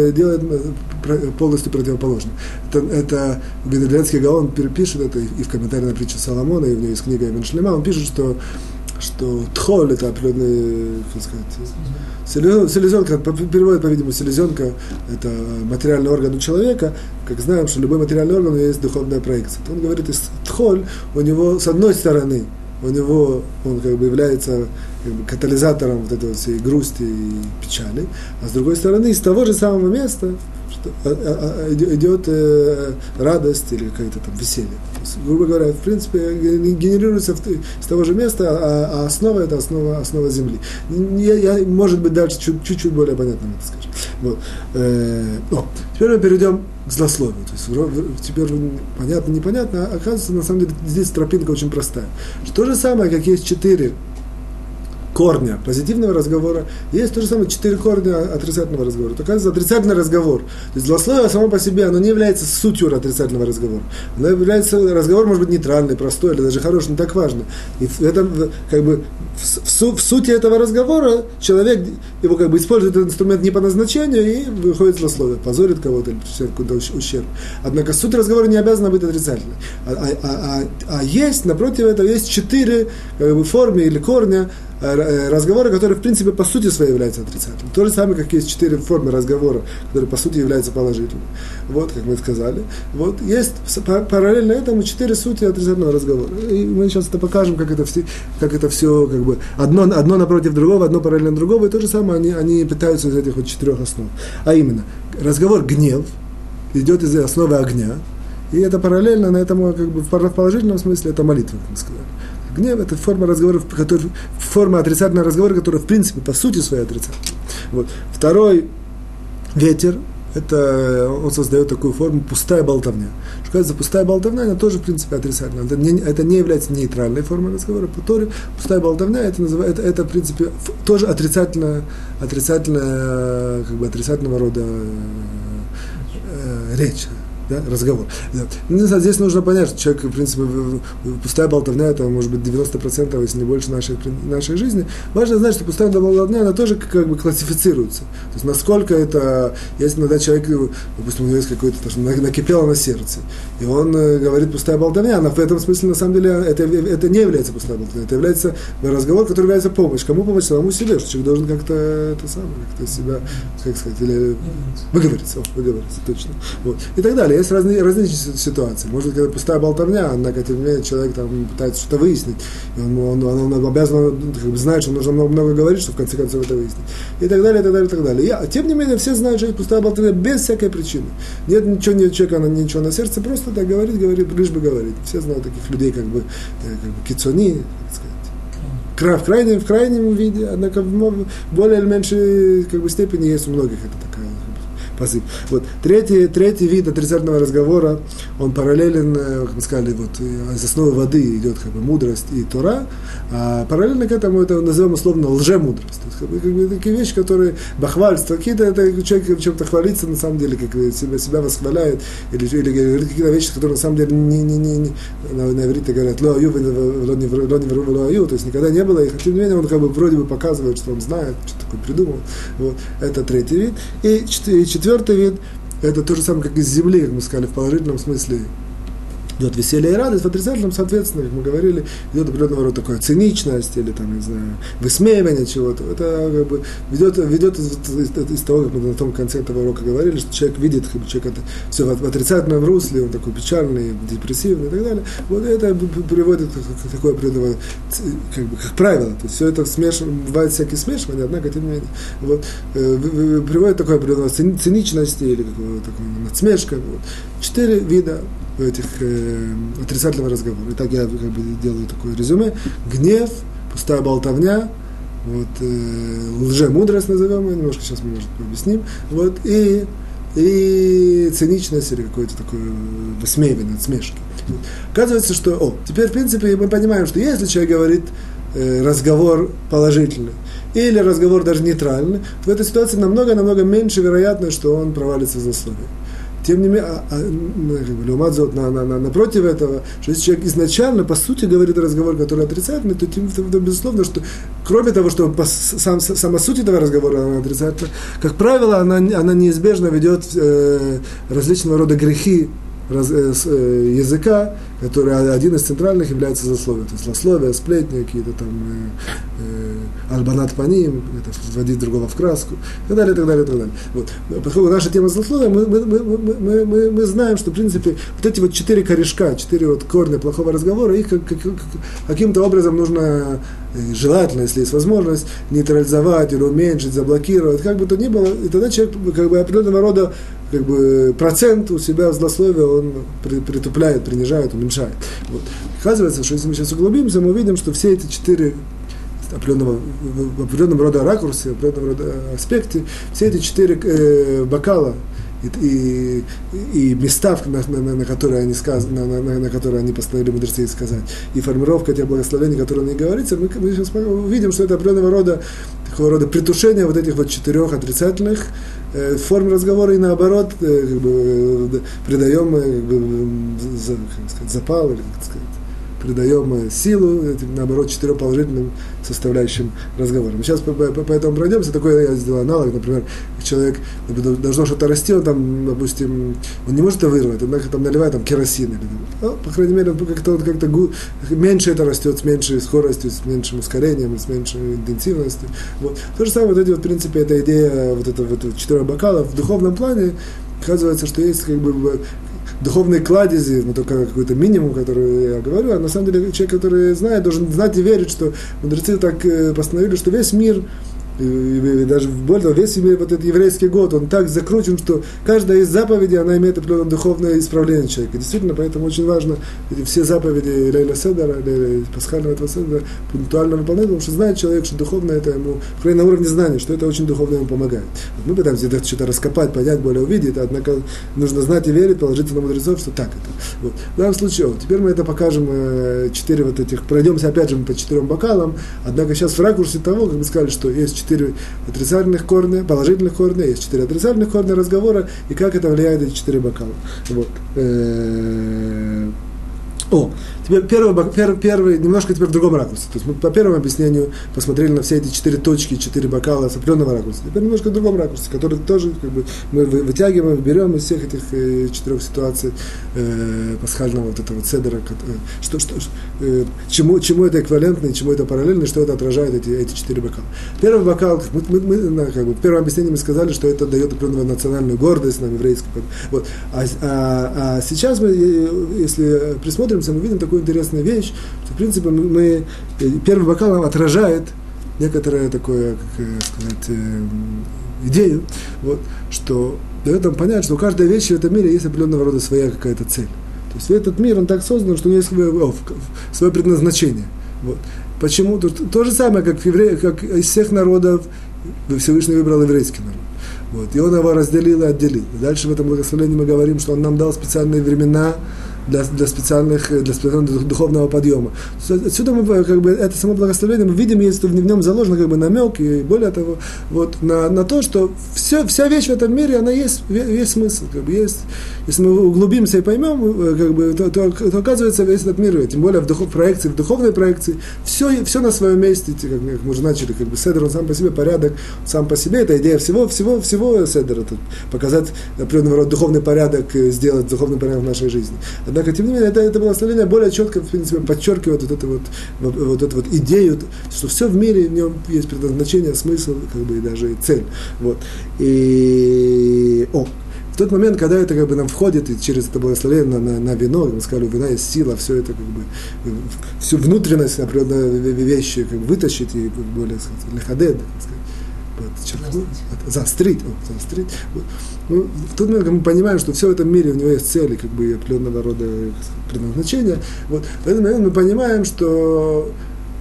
полностью противоположно. Это Генедренский Гаон пишет это и в комментарии на притчу Соломона, и у него есть книга Ивен Шлема, он пишет, что тхоль, это определенный, как сказать, селезенка, переводит, по-видимому, селезенка, это материальный орган у человека, как знаем, что любой материальный орган у него есть духовная проекция. Он говорит, из тхоль у него, с одной стороны, он как бы является как бы катализатором вот этой всей грусти и печали, а с другой стороны, из того же самого места идет радость или какое-то там веселье. То есть, грубо говоря, в принципе, генерируется с того же места, а основа – это основа земли. Я, может быть, дальше чуть-чуть более понятно это скажу. Вот. Теперь мы перейдем к злословию. То есть, теперь понятно, непонятно, а оказывается, на самом деле, здесь тропинка очень простая. То же самое, как есть 4 корня позитивного разговора, есть то же самое 4 корня отрицательного разговора. То, оказывается, отрицательный разговор. То есть злословие само по себе, оно не является сутью отрицательного разговора. Оно является, разговор может быть нейтральный, простой или даже хороший, не так важно. И в этом, как бы, в сути этого разговора человек его как бы использует этот инструмент не по назначению и выходит злословие, позорит кого-то или причиняет какой-то ущерб. Однако суть разговора не обязана быть отрицательной. А есть, напротив этого, есть 4 как бы, формы или корня разговоры, которые, в принципе, по сути своей являются отрицательными. То же самое, как есть 4 формы разговора, которые, по сути, являются положительными. Вот, как мы сказали. Вот, есть параллельно этому 4 сути отрицательного разговора. И мы сейчас это покажем, как это все как бы, одно напротив другого, одно параллельно другого, и то же самое они пытаются из этих вот 4 основ. А именно, разговор гнев идет из основы огня, и это параллельно, на этом, как бы, в положительном смысле, это молитва, как мы сказали. Гнев – это форма разговора, форма отрицательного разговора, которая, в принципе, по сути своей отрицательная. Вот. Второй ветер – это он создает такую форму пустая болтовня. Что кажется, пустая болтовня, она тоже, в принципе, отрицательная. Это не является нейтральной формой разговора. По Торе пустая болтовня – это, в принципе, тоже отрицательная как бы, отрицательного рода речь. Да, разговор. Да. Здесь нужно понять, что человек, в принципе, пустая болтовня, это может быть 90%, если не больше нашей жизни. Важно знать, что пустая болтовня, она тоже как бы классифицируется. То есть, насколько это, если иногда человек, допустим, у него есть какое-то, то, что накипело на сердце, и он говорит пустая болтовня, она в этом смысле, на самом деле, это не является пустая болтовня, это является разговор, который является помощью. Кому помочь? Самому себе, что человек должен как-то себя, как сказать, или выговориться, точно. Вот. И так далее. есть различные ситуации. Может, когда пустая болтовня, однако, тем не менее, человек там пытается что-то выяснить, и он обязан знать, что нужно много говорить, чтобы в конце концов это выяснить. И так далее, и так далее, и так далее. Тем не менее, все знают, что есть пустая болтовня без всякой причины. Нет человека, ничего на сердце, просто так говорит, лишь бы говорить. Все знают таких людей, как бы кицуни, в крайнем виде, однако в более или меньшей степени есть у многих это такая посыл. Вот. Третий вид отрицательного разговора, он параллелен, как мы сказали, из основы воды идет мудрость и Тора, а параллельно к этому это назовем условно лжемудрость. То есть, такие вещи, которые бахвальство, какие-то человек чем-то хвалится, на самом деле, как себя восхваляет, или говорит какие-то вещи, которые на самом деле на иврите говорят ло аю, ло аю, то есть никогда не было, и тем не менее он вроде бы показывает, что он знает, что такое придумал. Вот. Это третий вид. И четвертый вид, это то же самое, как из земли, как мы сказали, в положительном смысле идет веселье и радость, в отрицательном, соответственно, как мы говорили, идет определенного рода такая циничность или там, не знаю, высмеивание чего-то. Это ведет из того, как мы на том конце этого урока говорили, что человек видит, человек это все в отрицательном русле, он такой печальный, депрессивный и так далее. Вот это приводит к такой определенного, как правило, то есть все это бывает всякие смешивания, однако, тем не менее, приводит к такой определенной циничности или какого-то такого надсмешка. Вот. 4 вида этих отрицательного разговора. Итак, я делаю такое резюме. Гнев, пустая болтовня, лжемудрость назовем ее, немножко сейчас мы, может, объясним, и циничность или какое-то такое высмеивание, отсмешки. Оказывается, что, теперь, в принципе, мы понимаем, что если человек говорит разговор положительный, или разговор даже нейтральный, в этой ситуации намного меньше вероятно, что он провалится в злословие. Тем не менее, напротив этого, что если человек изначально, по сути, говорит разговор, который отрицательный, то безусловно, что кроме того, что сама суть этого разговора она отрицательна, как правило, она неизбежно ведет различного рода грехи языка, который один из центральных является злословием. То есть злословие, сплетни, какие-то там альбанат паним, это вводить другого в краску, и так далее, и так далее, и так далее. Вот. Поскольку наша тема злословия, мы знаем, что, в принципе, вот эти 4 корешка, 4 корня плохого разговора, их каким-то образом нужно, желательно, если есть возможность, нейтрализовать или уменьшить, заблокировать, как бы то ни было, и тогда человек определенного рода процент у себя злословия он притупляет, принижает, уменьшает. Вот. Оказывается, что если мы сейчас углубимся, мы увидим, что все эти 4 в определенном рода ракурсе, в определенном рода аспекте, все эти 4 бокала и места, на которые они постановили мудрецы сказать, и формировка тех благословений, которые на них говорится, мы сейчас увидим, что это определенного рода, такого рода притушение вот этих 4 отрицательных форм разговора, и наоборот, придаем запал, или, как сказать, придаем силу, наоборот, 4 положительным составляющим разговора. Мы сейчас по этому пройдемся. Такой я сделал аналог, например, человек должно что-то расти, он там, допустим, он не может это вырвать, однако там наливает там керосин, или, по крайней мере, как-то меньше это растет, с меньшей скоростью, с меньшим ускорением, с меньшей интенсивностью. Вот. То же самое, в принципе, эта идея, 4 бокала в духовном плане, оказывается, что есть духовные кладези, только какой-то минимум, который я говорю, а на самом деле человек, который знает, должен знать и верить, что мудрецы так постановили, что весь мир, и даже более того, весь этот еврейский год, он так закручен, что каждая из заповедей, она имеет определенное духовное исправление человека. Действительно, поэтому очень важно все заповеди Лейла Седера, или пасхального этого Седера пунктуально выполнять, потому что знает человек, что духовно это ему, в крайней на уровне знания, что это очень духовно ему помогает. Вот мы пытаемся это что-то раскопать, понять, более увидеть, однако нужно знать и верить, положиться на мудрецов, что так это. Вот. В данном случае, теперь мы это покажем, 4 пройдемся опять же по 4 бокалам, однако сейчас в ракурсе того, как мы сказали, что есть 4 отрицательных корня, положительных корня, есть 4 отрицательных корня разговора, и как это влияет эти 4 бокала. Вот. Теперь первый, немножко теперь в другом ракурсе. То есть мы по первому объяснению посмотрели на все эти 4 точки, 4 бокала с определенного ракурса. Теперь немножко в другом ракурсе, который тоже мы вытягиваем, берем из всех этих 4 ситуаций пасхального вот этого седера, чему это эквивалентно и чему это параллельно, и что это отражает эти 4 бокала. Первый бокал, мы в первом объяснении мы сказали, что это дает определенную национальную гордость нам, еврейскую. Вот. А сейчас мы, если присмотримся, мы видим такую интересную вещь, что в принципе первый бокал отражает некоторое такое, как сказать, идею, вот, что дает нам понять, что у каждой вещи в этом мире есть определенного рода своя какая-то цель. То есть этот мир, он так создан, что у него есть свое предназначение. Вот. Почему? То же самое, как из всех народов Всевышний выбрал еврейский народ. Вот. И он его разделил и отделил. И дальше в этом благословении мы говорим, что он нам дал специальные времена для специального духовного подъема. Отсюда мы, это само благословение, мы видим, есть в нем заложен намек, и более того, вот, на то, что вся вещь в этом мире, она есть смысл. Есть, если мы углубимся и поймем, то оказывается весь этот мир, тем более в духовной проекции, все на своем месте, как мы уже начали, седер, он сам по себе, порядок, сам по себе, это идея всего седера, показать определенного рода духовный порядок, сделать духовный порядок в нашей жизни. Однако, тем не менее, это благословение более четко, в принципе, подчеркивает вот эту идею, что все в мире, в нем есть предназначение, смысл, и даже цель. Вот. И в тот момент, когда это нам входит, и через это благословение на вино, мы сказали, у вина есть сила, все это всю внутренность определенной вещи вытащить и более, лехадед, заострить. Вот. В тот момент, когда мы понимаем, что все в этом мире, у него есть цели, определенного рода предназначения, вот, в этот момент мы понимаем, что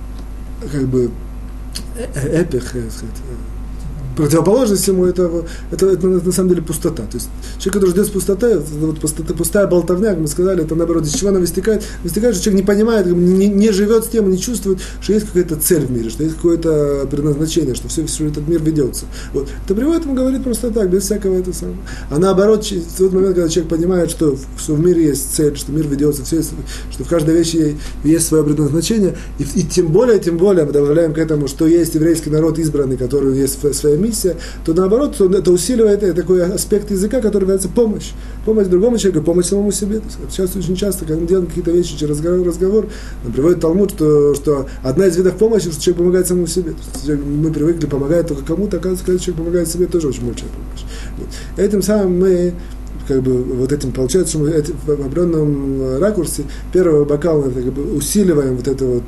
эпих, противоположность ему это на самом деле пустота. То есть человек, который ждет пустоты, пустая болтовня, как мы сказали, это наоборот, из чего она вытекает, что человек не понимает, не живет с тем, не чувствует, что есть какая-то цель в мире, что есть какое-то предназначение, что все этот мир ведется. Вот. Это приводит, ему говорит просто так, без всякого этого самого. А наоборот, в тот момент, когда человек понимает, что в мире есть цель, что мир ведется, что в каждой вещи есть свое предназначение, и тем более мы добавляем к этому, что есть еврейский народ избранный, который есть своя миссия, то наоборот, это усиливает такой аспект языка, который называется помощь. Помощь другому человеку, помощь самому себе. Сейчас очень часто, когда мы делаем какие-то вещи через разговор, нам приводит Талмуд, что одна из видов помощи, что человек помогает самому себе. Мы привыкли помогать только кому-то, оказывается, когда человек помогает себе, тоже очень большая помощь. Вот. Этим самым мы вот этим получается, что мы в определенном ракурсе первого бокала усиливаем вот эту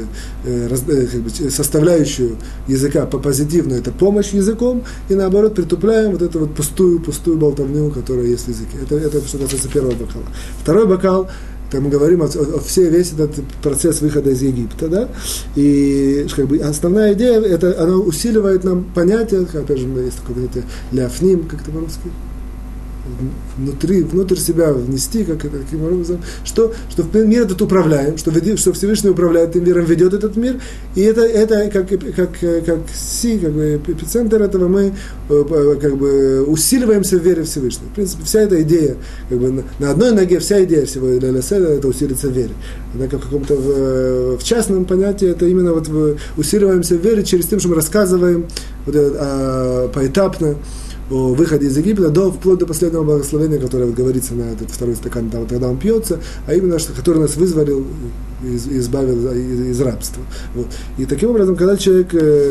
составляющую языка по позитивную, это помощь языком, и наоборот притупляем вот эту пустую болтовню, которая есть в языке. Это что касается первого бокала. Второй бокал, там мы говорим весь этот процесс выхода из Египта, да, и основная идея, это она усиливает нам понятие, опять же, есть такое понятие ляфним, как это по-русски, внутрь себя внести, каким образом, что мир этот управляем, что Всевышний управляет этим миром, ведет этот мир, и это как эпицентр этого мы усиливаемся в вере Всевышнего. В принципе, вся эта идея, на одной ноге вся идея всего это усилиться в вере. Однако в каком-то в частном понятии это именно усиливаемся в вере через тем, что мы рассказываем поэтапно о выходе из Египта, вплоть до последнего благословения, которое говорится на этот второй стакан, когда он пьется, а именно, который нас вызволил, избавил из рабства. Вот. И таким образом, когда человек,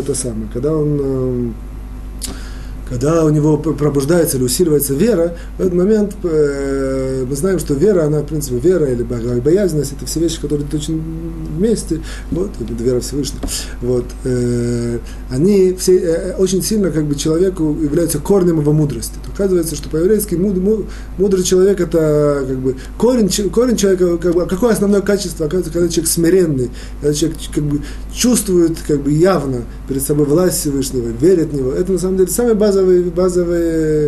когда у него пробуждается или усиливается вера, в этот момент мы знаем, что вера, она, в принципе, вера или богобоязненность, это все вещи, которые точно вместе, вот, вера Всевышнего, вот, они все очень сильно, человеку являются корнем его мудрости. То оказывается, что по-еврейски мудрый человек это, корень человека, какое основное качество, оказывается, когда человек смиренный, когда человек, чувствует, явно перед собой власть Всевышнего, верит в него, это, на самом деле, самая базовая базовые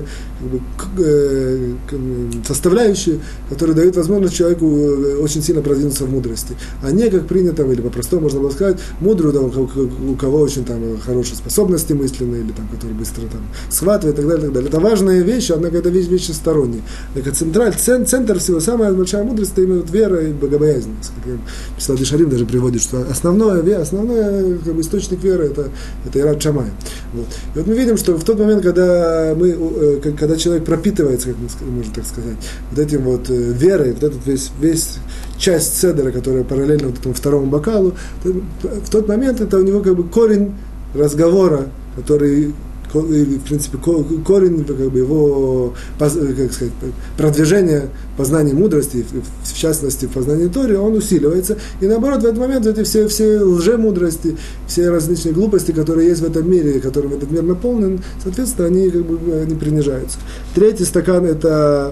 составляющие, которые дают возможность человеку очень сильно продвинуться в мудрости. А не, как принято, или по-простому можно было сказать, мудрый, у кого очень там хорошие способности мысленные, или там, который быстро там схватывает, и так далее, и так далее. Это важная вещь, однако это вещь сторонняя. Так центр всего, самая большая мудрость, это именно вера и богобоязненность. Как писал Дешарим, даже приводит, что основной как бы, источник веры это Ират Шамаим. Вот. И вот мы видим, что в тот момент, когда человек пропитывается, как можно так сказать, вот этим вот верой, вот этот весь часть седера, которая параллельно вот этому второму бокалу, в тот момент это у него как бы корень разговора, который, в принципе, корень как бы его, как сказать, продвижения познания мудрости, в частности, в познании Торы, он усиливается. И наоборот, в этот момент эти все лжемудрости, все различные глупости, которые есть в этом мире, которым этот мир наполнен, соответственно, они как бы они принижаются. Третий стакан – это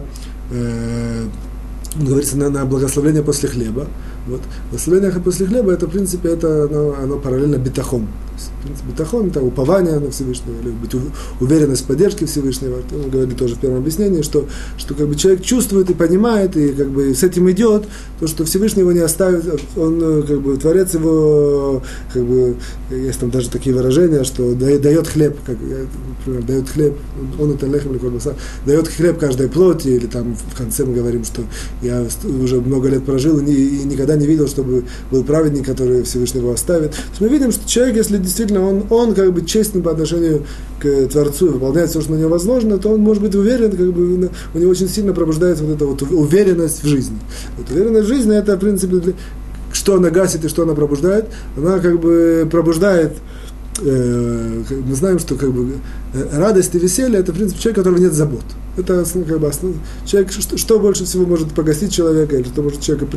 говорится на благословение после хлеба. Вот. Благословение после хлеба, это, в принципе, оно параллельно битахон. Битахон – это упование на Всевышнего, или быть уверенность в поддержке Всевышнего. Мы говорили тоже в первом объяснении, что как бы человек чувствует и понимает, и как бы с этим идет, то, что Всевышний его не оставит, он как бы Творец его, как бы, есть там даже такие выражения, что дает хлеб, например, дает хлеб, он это лехем или колбаса, дает хлеб каждой плоти, или там в конце мы говорим, что я уже много лет прожил и никогда не видел, чтобы был праведник, который Всевышний его оставит. То есть мы видим, что человек, если действительно он как бы честен по отношению к Творцу и выполняет все, что на него возложено, то он может быть уверен, как бы у него очень сильно пробуждается вот эта вот уверенность в жизни. Вот уверенность в жизни, это в принципе, что она гасит и что она пробуждает. Она как бы пробуждает, мы знаем, что как бы радость и веселье – это, в принципе, человек, у которого нет забот. Это как бы человек, что больше всего может погасить человека, или что может человека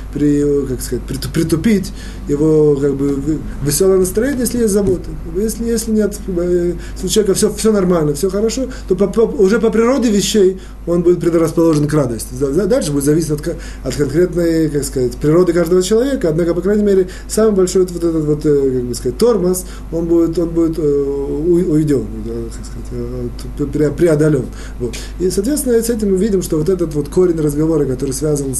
притупить его как бы веселое настроение, если есть заботы. Если нет, если у человека все нормально, все хорошо, то уже по природе вещей он будет предрасположен к радости. Дальше будет зависеть от конкретной, как сказать, природы каждого человека, однако, по крайней мере, самый большой вот этот вот, как бы сказать, тормоз, он будет уйден, как сказать, преодолен. Вот. И, соответственно, с этим мы видим, что вот этот вот корень разговора, который связан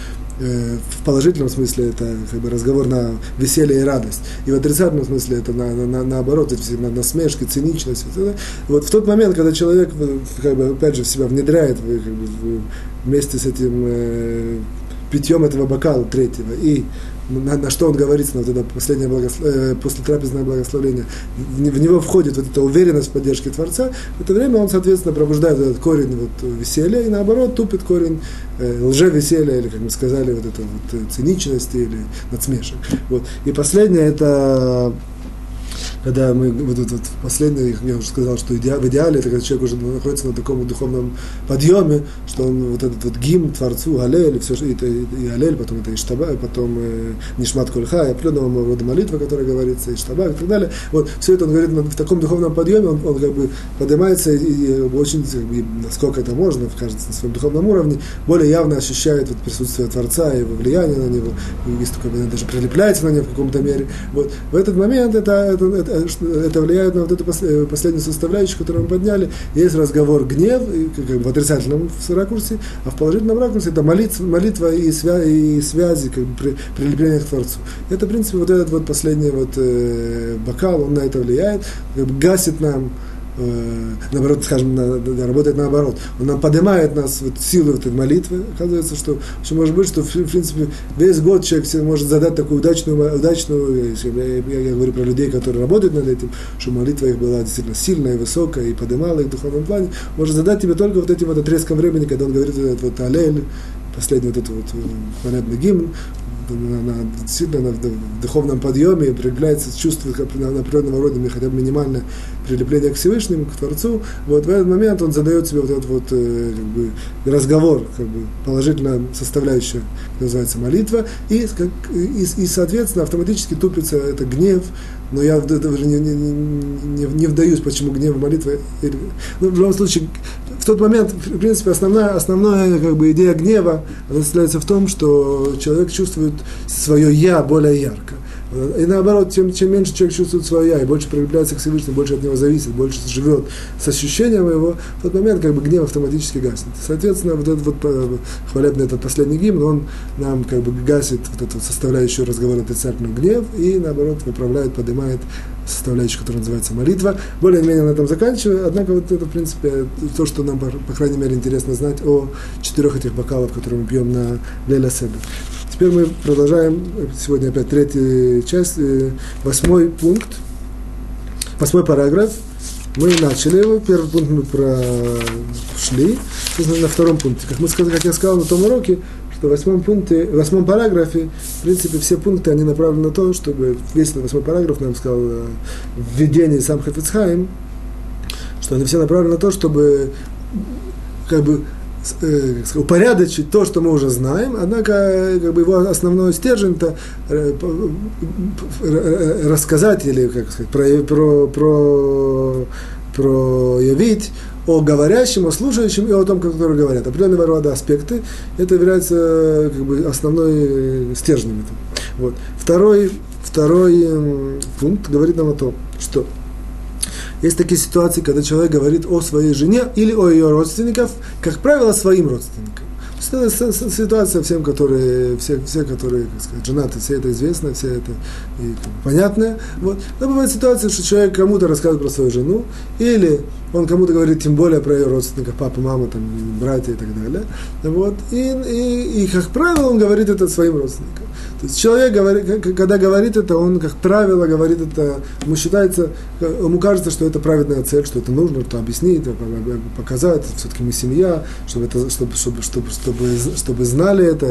в положительном смысле, это как бы разговор на веселье и радость, и в отрицательном смысле это наоборот, эти все насмешки, циничность. Вот в тот момент, когда человек, как бы, опять же, в себя внедряет как бы, вместе с этим питьем этого бокала третьего, и на что он говорится, на вот это последнее послетрапезное благословение, в него входит вот эта уверенность в поддержке Творца, в это время он, соответственно, пробуждает этот корень вот веселья, и наоборот тупит корень лжевеселья, или, как мы сказали, вот это вот циничности или надсмешек. Вот. И последнее, это когда мы, вот последнее, я уже сказал, что в идеале, это когда человек уже находится на таком духовном подъеме, что он вот этот вот гимн Творцу, Галель, все, и Галель, потом это Иштаба, потом Нишмат Кольха, и определенного рода молитва, которая говорится, Иштаба и так далее. Вот, все это он говорит в таком духовном подъеме, он как бы поднимается и очень, как бы, насколько это можно, кажется, на своем духовном уровне, более явно ощущает вот присутствие Творца, его влияние на него, и как бы даже прилепляется на него в каком-то мере. Вот. В этот момент это влияет на вот эту последнюю составляющую, которую мы подняли. Есть разговор гнев, как бы в отрицательном ракурсе, а в положительном ракурсе это молитва и связи, как бы прилепление к Творцу. Это, в принципе, вот этот вот последний вот бокал, он на это влияет, как бы гасит нам, наоборот, скажем, работает наоборот. Он нам поднимает нас вот силу этой молитвы. Оказывается, что может быть, что в принципе весь год человек себе может задать такую удачную, я говорю про людей, которые работают над этим, что молитва их была действительно сильная и высокая, и поднимала их в духовном плане, может задать тебе только вот этим вот отрезком времени, когда он говорит этот вот аллель, последний вот этот вот молебный гимн, действительно в духовном подъеме проявляется чувство определенного рода, хотя бы минимальное прилепление к Всевышнему, к Творцу. Вот в этот момент он задает себе вот этот вот как бы разговор, как бы положительная составляющая, называется молитва, и соответственно автоматически тупится это гнев. Но я даже не вдаюсь, почему гнев молитвы. Ну, в любом случае, в тот момент, в принципе, основная как бы, идея гнева, она состоится в том, что человек чувствует свое «я» более ярко. И наоборот, чем меньше человек чувствует свое я, и больше прилепляется к Всевышнему, больше от него зависит, больше живет с ощущением его, в тот момент как бы гнев автоматически гаснет. Соответственно, вот этот вот хвалебный этот последний гимн, он нам как бы гасит вот эту составляющую разговора отрицательный гнев и наоборот выправляет, поднимает составляющую, которая называется молитва. Более-менее на этом заканчиваю, однако вот это, в принципе, то, что нам, по крайней мере, интересно знать о 4 этих бокалах, которые мы пьем на Лейля Седер. Теперь мы продолжаем, сегодня опять 3-я часть, 8-й пункт, 8-й параграф. Мы начали его, первый пункт мы прошли, на втором пункте. Как я сказал на том уроке, что в 8-м параграфе, в принципе, все пункты, они направлены на то, чтобы, весь этот 8-й параграф нам сказал введение сам Хафец Хаим, что они все направлены на то, чтобы как бы упорядочить то, что мы уже знаем, однако как бы его основной стержень это рассказать или как сказать, проявить о говорящем, о слушающем и о том, который говорят. Определенного рода аспекты, это является как бы основной стержнем этого. Вот. Второй пункт говорит нам о том, что есть такие ситуации, когда человек говорит о своей жене или о ее родственниках, как правило, своим родственникам. То есть это ситуация всем, которые, все, которые, как сказать, женаты, все это известно, все это и, понятно. Вот. Но бывает ситуация, что человек кому-то рассказывает про свою жену, или он кому-то говорит тем более про ее родственников, папу, маму, там, братья и так далее. Вот. И, как правило, он говорит это своим родственникам. То есть человек, когда говорит это, он, как правило, говорит это, ему кажется, что это праведная цель, что это нужно, что объяснить, показать, все-таки мы семья, чтобы знали это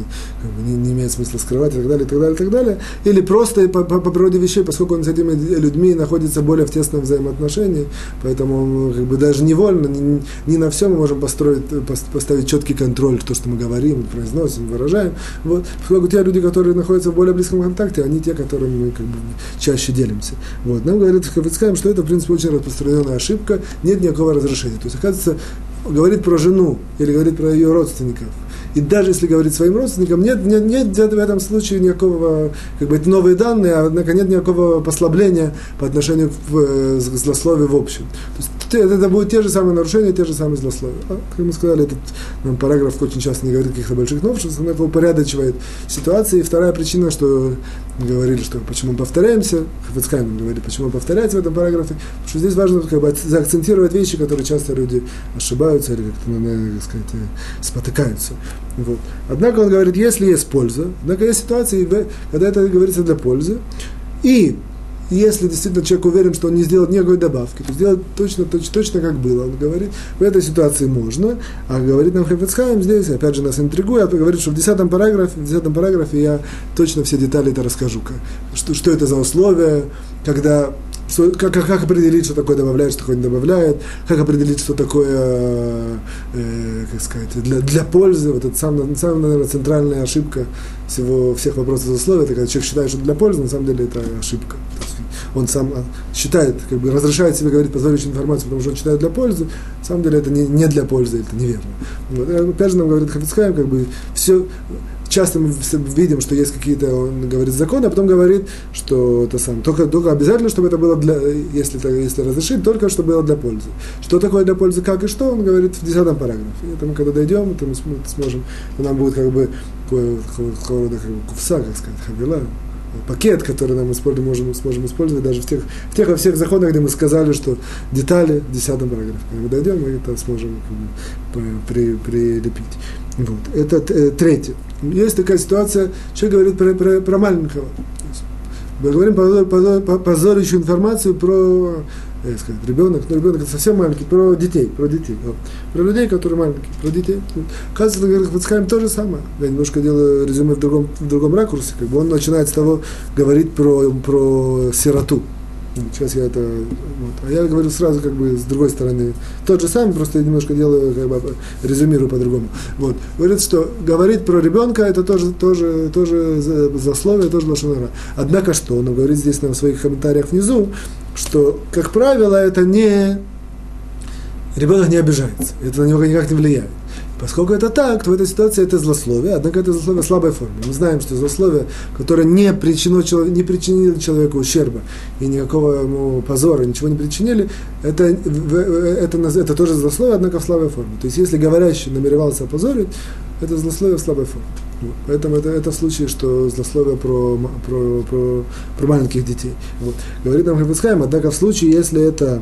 не имеет смысла скрывать, и так далее, и так далее, и так далее. Или просто по природе вещей, поскольку он с этими людьми находится более в тесном взаимоотношении, поэтому он как бы даже невольно, не на все мы можем поставить четкий контроль, то, что мы говорим, произносим, выражаем. Вот. Поскольку те люди, которые находятся в более близком контакте, они те, которыми мы как бы чаще делимся. Вот. Нам говорит Хафец Хаим, что это, в принципе, очень распространенная ошибка, нет никакого разрешения. То есть, оказывается, говорит про жену или говорит про ее родственников, и даже если говорит своим родственникам, нет в этом случае никакого, как бы это новые данные, однако нет никакого послабления по отношению к злословию в общем. То есть это будут те же самые нарушения, те же самые злословия. Как мы сказали, этот параграф очень часто не говорит каких-то больших новшеств, он упорядочивает ситуации. И вторая причина, что мы говорили, что почему мы повторяемся, Хафец Хаим говорит, почему повторяется в этом параграфе, потому что здесь важно как бы заакцентировать вещи, которые часто люди ошибаются или как-то, так сказать, спотыкаются. Вот. Однако он говорит, если есть польза, однако есть ситуации, когда это говорится для пользы, и если действительно человек уверен, что он не сделает никакой добавки, то сделать точно как было. Он говорит, в этой ситуации можно, а говорит нам Хафец Хаим здесь, опять же нас интригует, говорит, что в 10 параграфе я точно все детали это расскажу. Что это за условия, когда как определить, что такое добавляет, что такое не добавляет, как определить, что такое, как сказать, для пользы. Вот это самая, наверное, центральная ошибка всех вопросов условий, это когда человек считает, что для пользы, на самом деле это ошибка. Он сам считает, как бы разрешает себе говорить позволяющую информацию, потому что он считает для пользы, на самом деле это не для пользы, это неверно. Вот. Опять же нам говорит Хафец Хаим, как бы все. Часто мы видим, что есть какие-то, он говорит, законы, а потом говорит, что это сам. Только обязательно, чтобы это было для, если разрешить, только чтобы было для пользы. Что такое для пользы, как и что, он говорит в 10 параграфе. Это мы когда дойдем, то мы сможем, нам будет как бы какого рода кувса, как сказать, хавила, пакет, который нам сможем использовать даже во всех законах, где мы сказали, что детали в 10 параграфе. Когда мы дойдем, мы это сможем как бы прилепить. Вот. Это третье. Есть такая ситуация, человек говорит про маленького. Мы говорим позорящую информацию про ребенок, но ребенок это совсем маленький, про детей. Про людей, которые маленькие, про детей. Оказывается, говорит Хафец Хаим то же самое. Я немножко делаю резюме в другом ракурсе. Как бы он начинает с того говорить про сироту. Сейчас я это... Вот. А я говорю сразу как бы с другой стороны. Тот же самый, просто я немножко делаю, как бы резюмирую по-другому. Вот. Говорит, что говорить про ребенка, это тоже злословие, тоже лашон ара. Однако что? Он говорит здесь в своих комментариях внизу, что, как правило, это не... Ребенок не обижается. Это на него никак не влияет. Поскольку это так, то в этой ситуации это злословие, однако это злословие в слабой форме. Мы знаем, что злословие, которое не причинило человеку ущерба и никакого ему позора, ничего не причинили, это тоже злословие, однако в слабой форме. То есть, если говорящий намеревался опозорить, это злословие в слабой форме. Вот. Поэтому это в случае, что злословие про маленьких детей. Вот. Говорит нам Хафец Хаим, однако в случае, если это...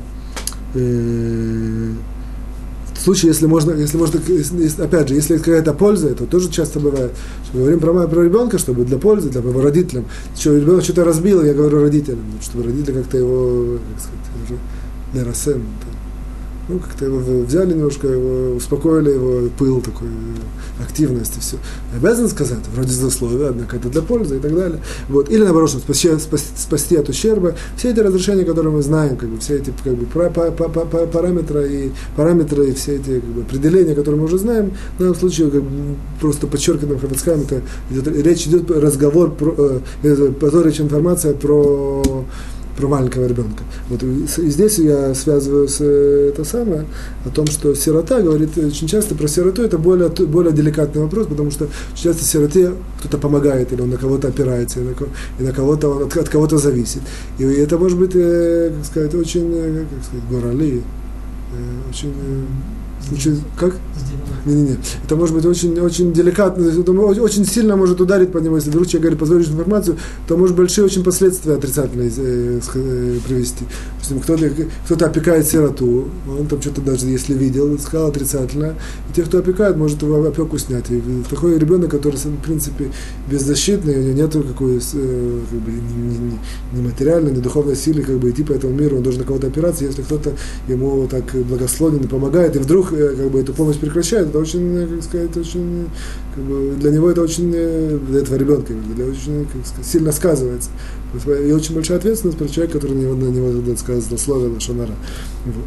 В случае, если можно, опять же, если какая-то польза, это тоже часто бывает. Что мы говорим про ребенка, чтобы для пользы, для его родителям. Что ребенок что-то разбил, я говорю родителям, чтобы родители как-то его, как сказать, для рассен, ну, как-то его взяли немножко, его успокоили, его пыл такой, активность и все. Обязан сказать, вроде злословия, однако это для пользы и так далее. Вот. Или наоборот, чтобы спасти от ущерба. Все эти разрешения, которые мы знаем, как бы, все эти как бы, параметры и все эти как бы, определения, которые мы уже знаем, в данном случае как бы, просто подчеркиваем Хафец Хаим, речь идет разговор, речь информация про маленького ребенка. Вот, и здесь я связываю это самое, о том, что сирота, говорит, очень часто про сироту это более деликатный вопрос, потому что очень часто сироте кто-то помогает, или он на кого-то опирается, и на кого-то он от кого-то зависит. И это может быть, как сказать, очень, горали, очень, как? Не. Это может быть очень, очень деликатно, очень сильно может ударить по нему, если вдруг человек говорит позоришь информацию, то может большие очень последствия отрицательные привести. Кто-то опекает сироту, он там что-то даже если видел, сказал отрицательно, и те, кто опекает, может его опеку снять. И такой ребенок, который, в принципе, беззащитный, у него нет какой как бы, ни материальной, ни духовной силы как бы, идти по этому миру, он должен на кого-то опираться, если кто-то ему так благословен и помогает, и вдруг как бы, эту помощь прекращает, это очень, как сказать, очень, как бы, для него это очень, для этого ребенка, очень как сказать, сильно сказывается. И очень большая ответственность про человека, который на него сказать злословие, лашон-ара. Вот.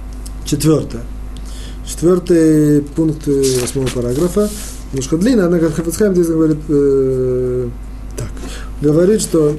Четвертый пункт 8 параграфа. Немножко длинно, однако Хафец Хаим здесь говорит говорит, что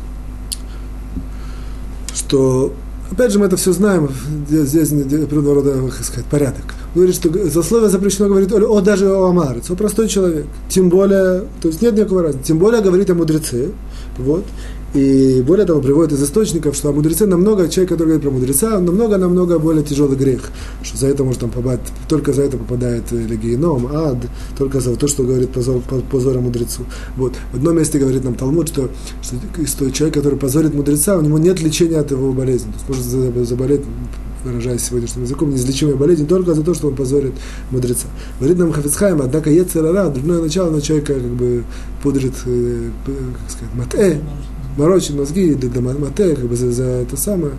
опять же, мы это все знаем, здесь определенного рода, как сказать, порядок. Говорит, что злословие запрещено говорить даже о амарец, о простой человек. Тем более, то есть нет никакого разницы. Тем более говорит о мудреце. Вот. И более того, приводит из источников, что о мудреце человек, который говорит про мудреца, намного более тяжелый грех. Что за это может там попасть, только за это попадает геном, ад, только за то, что говорит позор о мудрецу. Вот. В одном месте говорит нам Талмуд, что человек, который позорит мудреца, у него нет лечения от его болезни. То есть может заболеть, выражаясь сегодняшним языком, неизлечимая болезнь только за то, что он позорит мудреца. говорит нам Хафец Хаим, однако Йецер Ара, дурное начало, но человека как бы пудрит, как сказать, мате, морочит мозги, мате, как бы за это самое,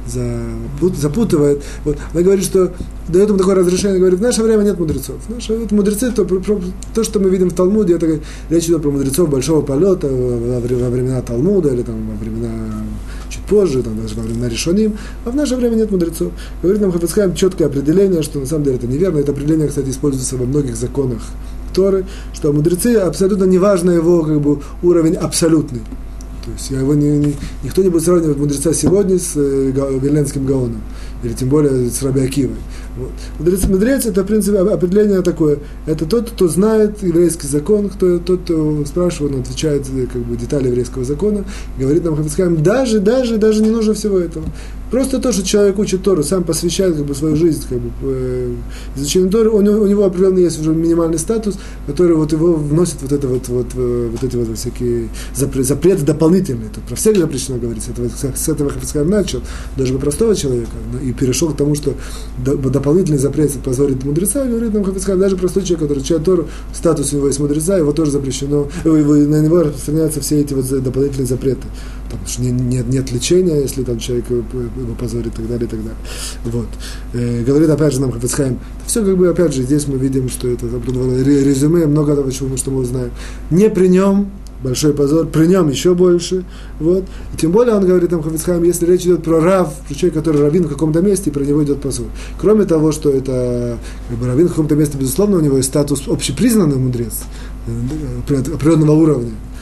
запутывает. Вот. Она говорит, что дает ему такое разрешение, говорит, в наше время нет мудрецов. Мудрецы, то, что мы видим в Талмуде, это речь идет про мудрецов большого полета во времена Талмуда или там, во времена чуть позже, там, даже во времена Ришоним, а в наше время нет мудрецов. Говорит нам Хафец Хаим четкое определение, что на самом деле это неверно. Это определение, кстати, используется во многих законах Торы, что мудрецы абсолютно неважно его как бы, уровень абсолютный. То есть никто не будет сравнивать мудреца сегодня с Виленским Гаоном, или тем более с Раби Акивой. Вот. Мудрец – это, в принципе, определение такое. Это тот, кто знает еврейский закон, тот, кто спрашивает, он отвечает как бы, детали еврейского закона, говорит нам Хафец Хаим, даже не нужно всего этого. Просто то, что человек учит Тору, сам посвящает как бы, свою жизнь как бы, изучению Торы, у него определенный есть уже минимальный статус, который вот его вносит вот эти вот всякие запреты дополнительные. Тут про всех запрещено говорить, с этого Хафец Хаим начал, даже про простого человека, и перешел к тому, что дополнительный запрет позорит мудреца, говорит нам Хафец Хаим, даже простой человек, который читает Тору, статус у него есть мудреца, его тоже запрещено, на него распространяются все эти вот дополнительные запреты. Потому что нет лечения, если там человек его позорит и так далее, и так далее. Вот. Говорит опять же нам Хафец Хаим, все как бы опять же здесь мы видим, что это резюме, много того, что мы узнаем. Не при нем большой позор, при нем еще больше. Вот. И тем более он говорит нам Хафец Хаим, если речь идет про рав, про человека, который раввин в каком-то месте, и про него идет позор. Кроме того, что это как бы, раввин в каком-то месте, безусловно, у него есть статус общепризнанный мудрец определенного уровня.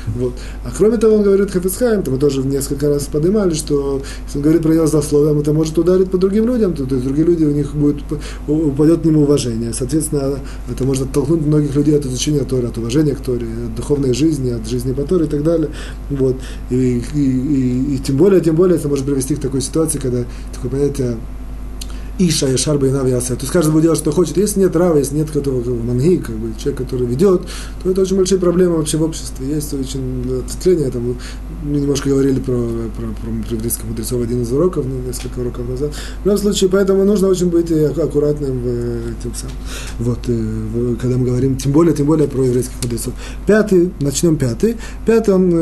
Вот. А кроме того, он говорит Хафец Хаим, мы тоже несколько раз поднимали, что если он говорит про него злословием, это может ударить по другим людям, то есть другие люди, у них упадет к нему уважение. Соответственно, это может оттолкнуть многих людей от изучения Торы, от уважения к Торе, от духовной жизни, от жизни по Торе и так далее. Вот. И тем более это может привести к такой ситуации, когда такое понятие Иша, Яшар, Байнав, Ясер. То есть каждый будет делать, что хочет. Если нет рава, если нет манги, человек, который ведет, то это очень большие проблемы вообще в обществе. Есть очень ответвление. Там, мы немножко говорили про еврейских мудрецов в один из уроков, несколько уроков назад. В любом случае, поэтому нужно очень быть аккуратным тем самым. Вот, когда мы говорим, тем более про еврейских мудрецов. Начнем пятый. Пятый, он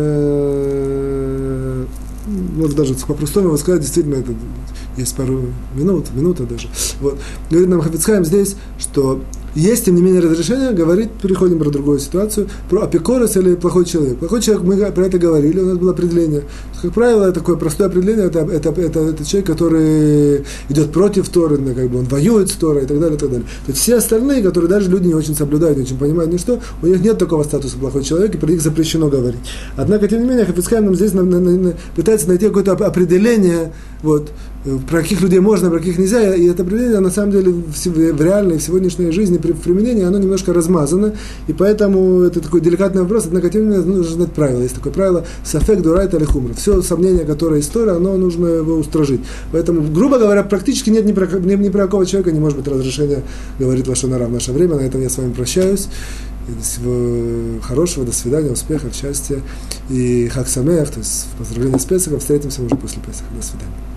может даже по-простому его сказать, действительно, это есть пару минута даже. Вот. Говорит нам Хафец Хаим здесь, что есть, тем не менее, разрешение говорить, переходим про другую ситуацию, про апикорос или плохой человек. Плохой человек, мы про это говорили, у нас было определение. Как правило, такое простое определение, это человек, который идет против Торы, он воюет с Торой и так далее, и так далее. То есть все остальные, которые даже люди не очень соблюдают, не очень понимают ничто, у них нет такого статуса плохой человек, и про них запрещено говорить. Однако, тем не менее, Хафец Хаим нам здесь пытается найти какое-то определение, вот, про каких людей можно, про каких нельзя, и это определение, на самом деле, в реальной, в сегодняшней жизни, при применении, оно немножко размазано, и поэтому это такой деликатный вопрос, однако, тем не менее, нужно знать правила. Есть такое правило «сафек дурайт али хумра». Все сомнение, которое история, оно нужно его устражить. Поэтому, грубо говоря, практически нет ни про какого человека не может быть разрешения говорить лашон ара в наше время. На этом я с вами прощаюсь. Всего хорошего, до свидания, успехов, счастья и хаг самеах, то есть поздравления с Песахом. Встретимся уже после Песаха. До свидания.